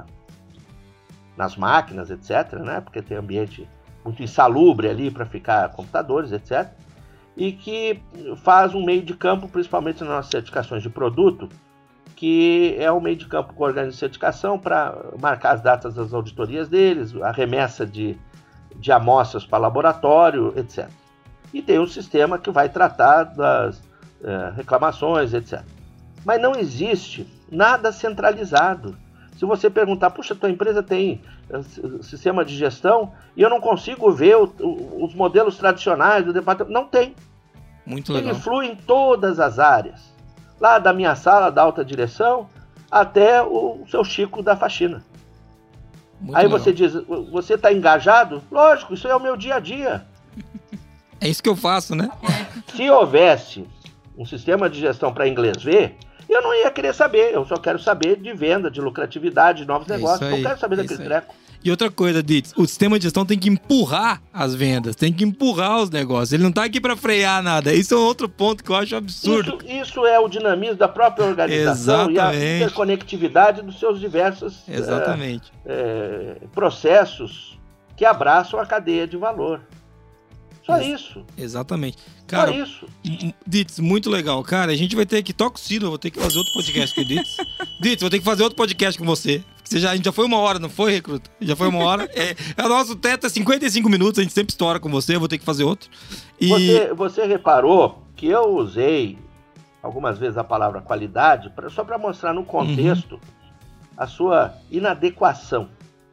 nas máquinas, etc., né? Porque tem ambiente muito insalubre ali para ficar computadores, etc., e que faz um meio de campo, principalmente nas nossas certificações de produto, que é um meio de campo com o organismo de certificação para marcar as datas das auditorias deles, a remessa de de amostras para laboratório, etc. E tem um sistema que vai tratar das reclamações, etc. Mas não existe nada centralizado. Se você perguntar, puxa, tua empresa tem sistema de gestão e eu não consigo ver os modelos tradicionais do departamento. Não tem. Muito legal. Ele flui em todas as áreas. Lá da minha sala, da alta direção, até o seu Chico da faxina. Muito Aí legal. você diz, você está engajado? Lógico, isso é o meu dia a dia. É isso que eu faço, né? Se houvesse um sistema de gestão para inglês ver, eu não ia querer saber. Eu só quero saber de venda, de lucratividade, de novos negócios. isso Não aí, quero saber é daquele isso aí. treco. E outra coisa, Ditz, o sistema de gestão tem que empurrar as vendas, tem que empurrar os negócios. Ele não tá aqui para frear nada. Isso é outro ponto que eu acho absurdo. Isso é o dinamismo da própria organização. Exatamente. E a interconectividade dos seus diversos Exatamente. processos que abraçam a cadeia de valor. Só isso. Exatamente. Só Cara, isso. Ditz, muito legal. Cara, a gente vai ter que... Toca o sino, eu vou ter que fazer outro podcast com o Ditz. Ditz, vou ter que fazer outro podcast com você. A gente já foi 1 hora, não foi, Recruta? Já foi 1 hora. O nosso teto é 55 minutos, a gente sempre estoura com você, eu vou ter que fazer outro. Você reparou que eu usei algumas vezes a palavra qualidade só para mostrar no contexto a sua inadequação.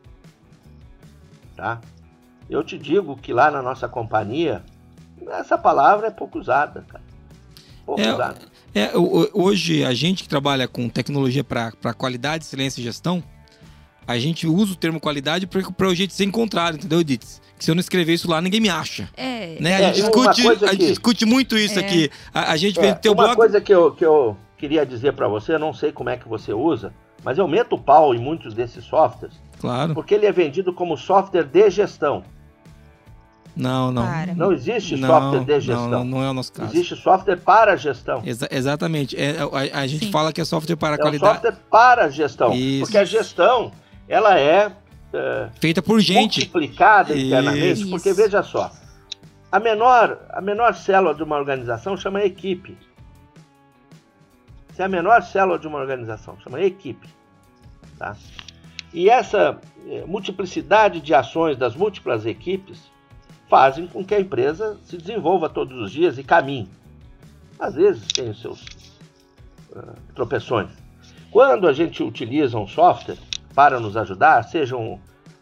Tá? Eu te digo que lá na nossa companhia, essa palavra é pouco usada, cara. Pouco usada. Hoje, a gente que trabalha com tecnologia para qualidade, excelência e gestão, a gente usa o termo qualidade para o jeito de ser encontrado, entendeu, Ditz? Que se eu não escrever isso lá, ninguém me acha. Né? A gente discute muito isso aqui. A gente vem do teu blog... Uma coisa que eu queria dizer para você, eu não sei como é que você usa, mas eu meto o pau em muitos desses softwares, claro, porque ele é vendido como software de gestão. Não. Não existe software de gestão. Não é o nosso caso. Existe software para gestão. Exatamente. A gente fala que é software para é qualidade. É software para gestão. Isso. Porque a gestão, ela é feita por gente. Multiplicada internamente. Isso. Porque, veja só, a menor célula de uma organização chama equipe. Se é a menor célula de uma organização, chama equipe. Tá? E essa multiplicidade de ações das múltiplas equipes fazem com que a empresa se desenvolva todos os dias e caminhe. Às vezes tem os seus tropeções. Quando a gente utiliza um software para nos ajudar, seja um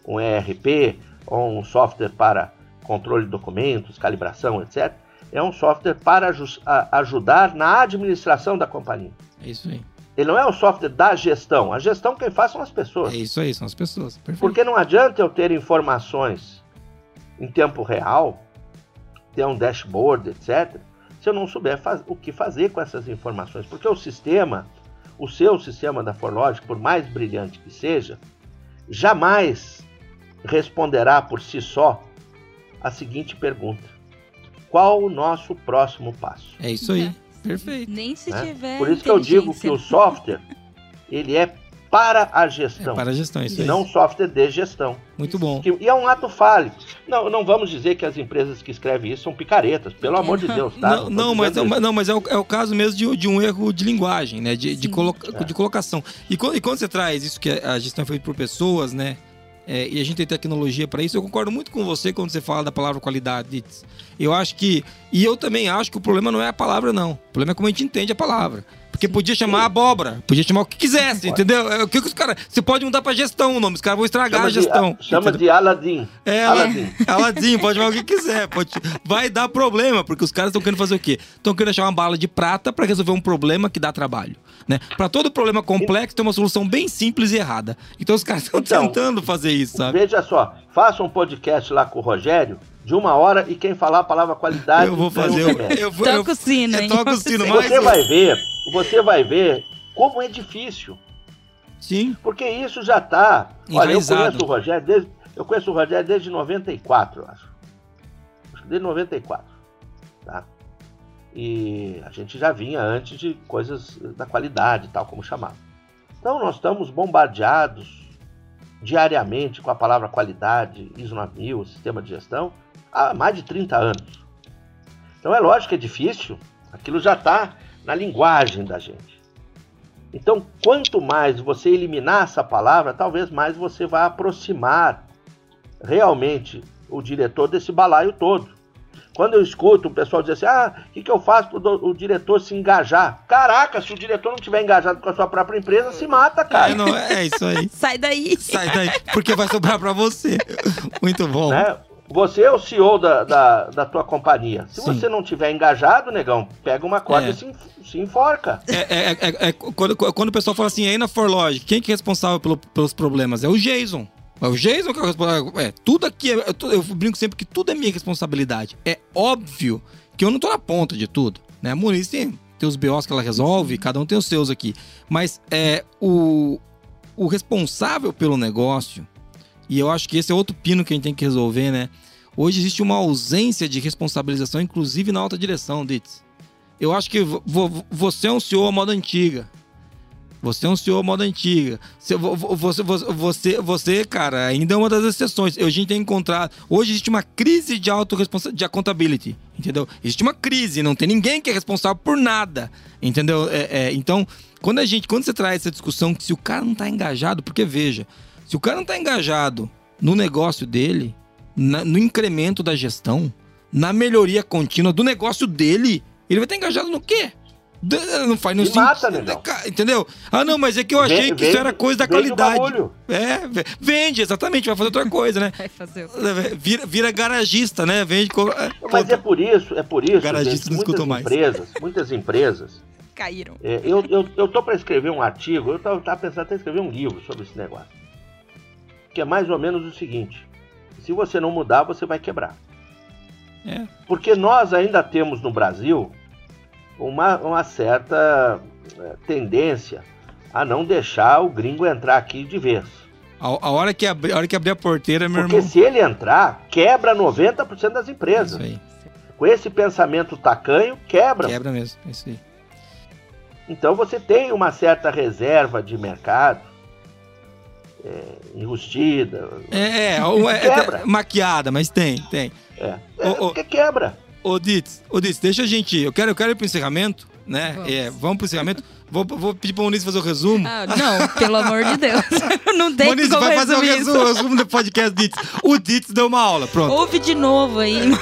ERP ou um software para controle de documentos, calibração, etc., é um software para ajudar na administração da companhia. É isso aí. Ele não é um software da gestão. A gestão quem faz são as pessoas. É isso aí, são as pessoas. Perfeito. Porque não adianta eu ter informações em tempo real, ter um dashboard, etc., se eu não souber o que fazer com essas informações. Porque o seu sistema da ForLogic, por mais brilhante que seja, jamais responderá por si só a seguinte pergunta: qual o nosso próximo passo? É isso aí, perfeito. Nem se tiver. Por isso que eu digo que o software, ele é para a gestão. É para a gestão, isso e aí. não um software de gestão. Muito bom. E é um ato falho. Não vamos dizer que as empresas que escrevem isso são picaretas, pelo amor de Deus, tá? Mas é o caso mesmo de um erro de linguagem, né? De colocação. E quando você traz isso que a gestão é feita por pessoas, né? E a gente tem tecnologia para isso, eu concordo muito com você quando você fala da palavra qualidade. Eu acho que... E eu também acho que o problema não é a palavra, não. O problema é como a gente entende a palavra. Porque podia chamar abóbora, podia chamar o que quisesse, entendeu? O que os caras... Você pode mudar pra gestão o nome, os caras vão estragar a gestão. Chama de Aladim. Aladim, pode chamar o que quiser. Vai dar problema, porque os caras estão querendo fazer o quê? Estão querendo achar uma bala de prata pra resolver um problema que dá trabalho, né? Pra todo problema complexo tem uma solução bem simples e errada. Então os caras estão tentando fazer isso, sabe? Veja só, faça um podcast lá com o Rogério de 1 hora e quem falar a palavra qualidade... Eu vou fazer. Toca o sino, hein? Toca o sino. Você vai ver como é difícil. Sim. Porque isso já está... Olha, eu conheço o Rogério desde 94, eu acho. Acho que desde 94. Tá? E a gente já vinha antes de coisas da qualidade, tal como chamava. Então nós estamos bombardeados diariamente com a palavra qualidade, ISO 9000, sistema de gestão, há mais de 30 anos. Então é lógico que é difícil, aquilo já está na linguagem da gente. Então, quanto mais você eliminar essa palavra, talvez mais você vai aproximar realmente o diretor desse balaio todo. Quando eu escuto o pessoal dizer assim, o que eu faço para o diretor se engajar? Caraca, se o diretor não estiver engajado com a sua própria empresa, se mata, cara. É isso aí. Sai daí. Sai daí, porque vai sobrar para você. Muito bom. Né? Você é o CEO da tua companhia. Se você não estiver engajado, negão, pega uma corda e se enforca. Quando o pessoal fala assim, aí na ForLogic, quem que é responsável pelos problemas? É o Jason. É o Jason que é o responsável. Tudo aqui, eu brinco sempre que tudo é minha responsabilidade. É óbvio que eu não tô na ponta de tudo, né? A Muniz tem os BOs que ela resolve, cada um tem os seus aqui. Mas o responsável pelo negócio, e eu acho que esse é outro pino que a gente tem que resolver, né? Hoje existe uma ausência de responsabilização, inclusive na alta direção, Ditz. Eu acho que você é um CEO à moda antiga. Você é um CEO à moda antiga. Você, cara, ainda é uma das exceções. A gente tem encontrado... Hoje existe uma crise de accountability, entendeu? Existe uma crise, não tem ninguém que é responsável por nada, entendeu? Então, quando você traz essa discussão que se o cara não tá engajado... Porque, veja, se o cara não tá engajado no negócio dele, no incremento da gestão, na melhoria contínua do negócio dele, ele vai estar engajado no quê? Não faz no sentido, entendeu? Não, mas é que eu achei que isso era coisa da qualidade. Vende, exatamente, vai fazer outra coisa, né? Vai fazer vira garagista, né? Vende. Mas é por isso. Garagista não escutou mais. Muitas empresas caíram. Eu tô para escrever um artigo, eu tava pensando até em escrever um livro sobre esse negócio. Que é mais ou menos o seguinte: se você não mudar, você vai quebrar. Porque nós ainda temos no Brasil uma certa tendência a não deixar o gringo entrar aqui de vez. A hora que abrir a porteira, meu irmão... Porque se ele entrar, quebra 90% das empresas. Isso aí. Com esse pensamento tacanho, quebra. Quebra mesmo, é isso aí. Então você tem uma certa reserva de mercado, enrustida. Quebra. Maquiada, mas tem. Porque quebra. Ô Ditz, deixa a gente... Eu quero ir pro encerramento, né? Vamos pro encerramento. Vou pedir pra Muniz fazer o resumo. Não, pelo amor de Deus. Não tem Muniz, como vai fazer o resumo do podcast Ditz. O Ditz deu uma aula, pronto. Ouve de novo aí, mano.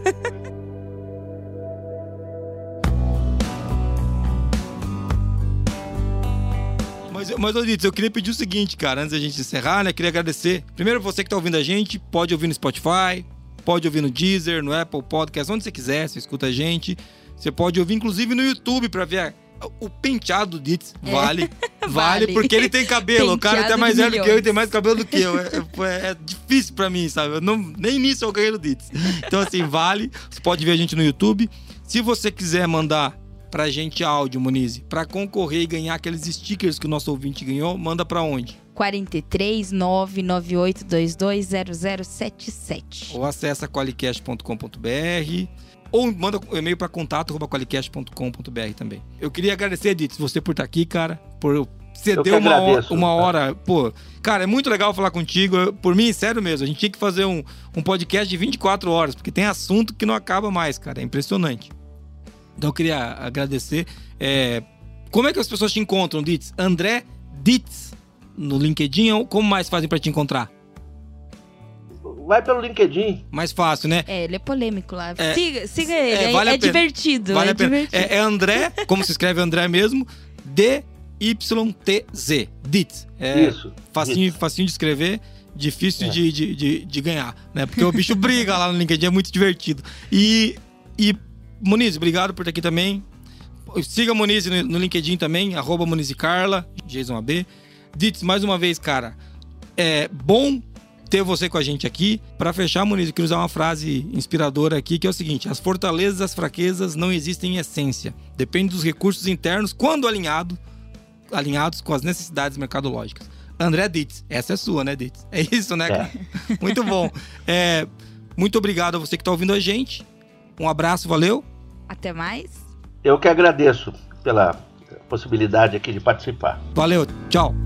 Mas, ô Ditz, eu queria pedir o seguinte, cara, antes da gente encerrar, né? Queria agradecer. Primeiro, você que tá ouvindo a gente, pode ouvir no Spotify, pode ouvir no Deezer, no Apple Podcast, onde você quiser, você escuta a gente. Você pode ouvir, inclusive, no YouTube, pra ver o penteado do Ditz. Vale, porque ele tem cabelo. O cara até mais velho do que eu e tem mais cabelo do que eu. É difícil pra mim, sabe? Nem nisso eu ganhei no Ditz. Então, assim, vale. Você pode ver a gente no YouTube. Se você quiser mandar pra gente áudio, Muniz, pra concorrer e ganhar aqueles stickers que o nosso ouvinte ganhou, manda pra onde? 43 998220077. Ou acessa qualicast.com.br ou manda um e-mail para contato@qualicast.com.br também. Eu queria agradecer, Ditz, você por estar aqui, cara, por ceder uma hora. Pô, cara, é muito legal falar contigo. Por mim, sério mesmo, a gente tinha que fazer um podcast de 24 horas, porque tem assunto que não acaba mais, cara. É impressionante. Então eu queria agradecer. Como é que as pessoas te encontram, Ditz? André Ditz no LinkedIn, ou como mais fazem para te encontrar? Vai pelo LinkedIn. Mais fácil, né? Ele é polêmico lá. Siga ele, vale divertido. Vale a pena. É André, como se escreve André mesmo, DYTZ. Ditz. Isso. Facinho de escrever, difícil de ganhar, né? Porque o bicho briga lá no LinkedIn, é muito divertido. E Muniz, obrigado por estar aqui também. Siga a Muniz no LinkedIn também, @MunizCarla, Jason AB. Ditz, mais uma vez, cara, é bom ter você com a gente aqui. Para fechar, Muniz, eu queria usar uma frase inspiradora aqui, que é o seguinte: as fortalezas e as fraquezas não existem em essência. Depende dos recursos internos, quando alinhados com as necessidades mercadológicas. André Ditz, essa é sua, né, Ditz? É isso, né, cara? Muito bom. Muito obrigado a você que está ouvindo a gente. Um abraço, valeu. Até mais. Eu que agradeço pela possibilidade aqui de participar. Valeu, tchau.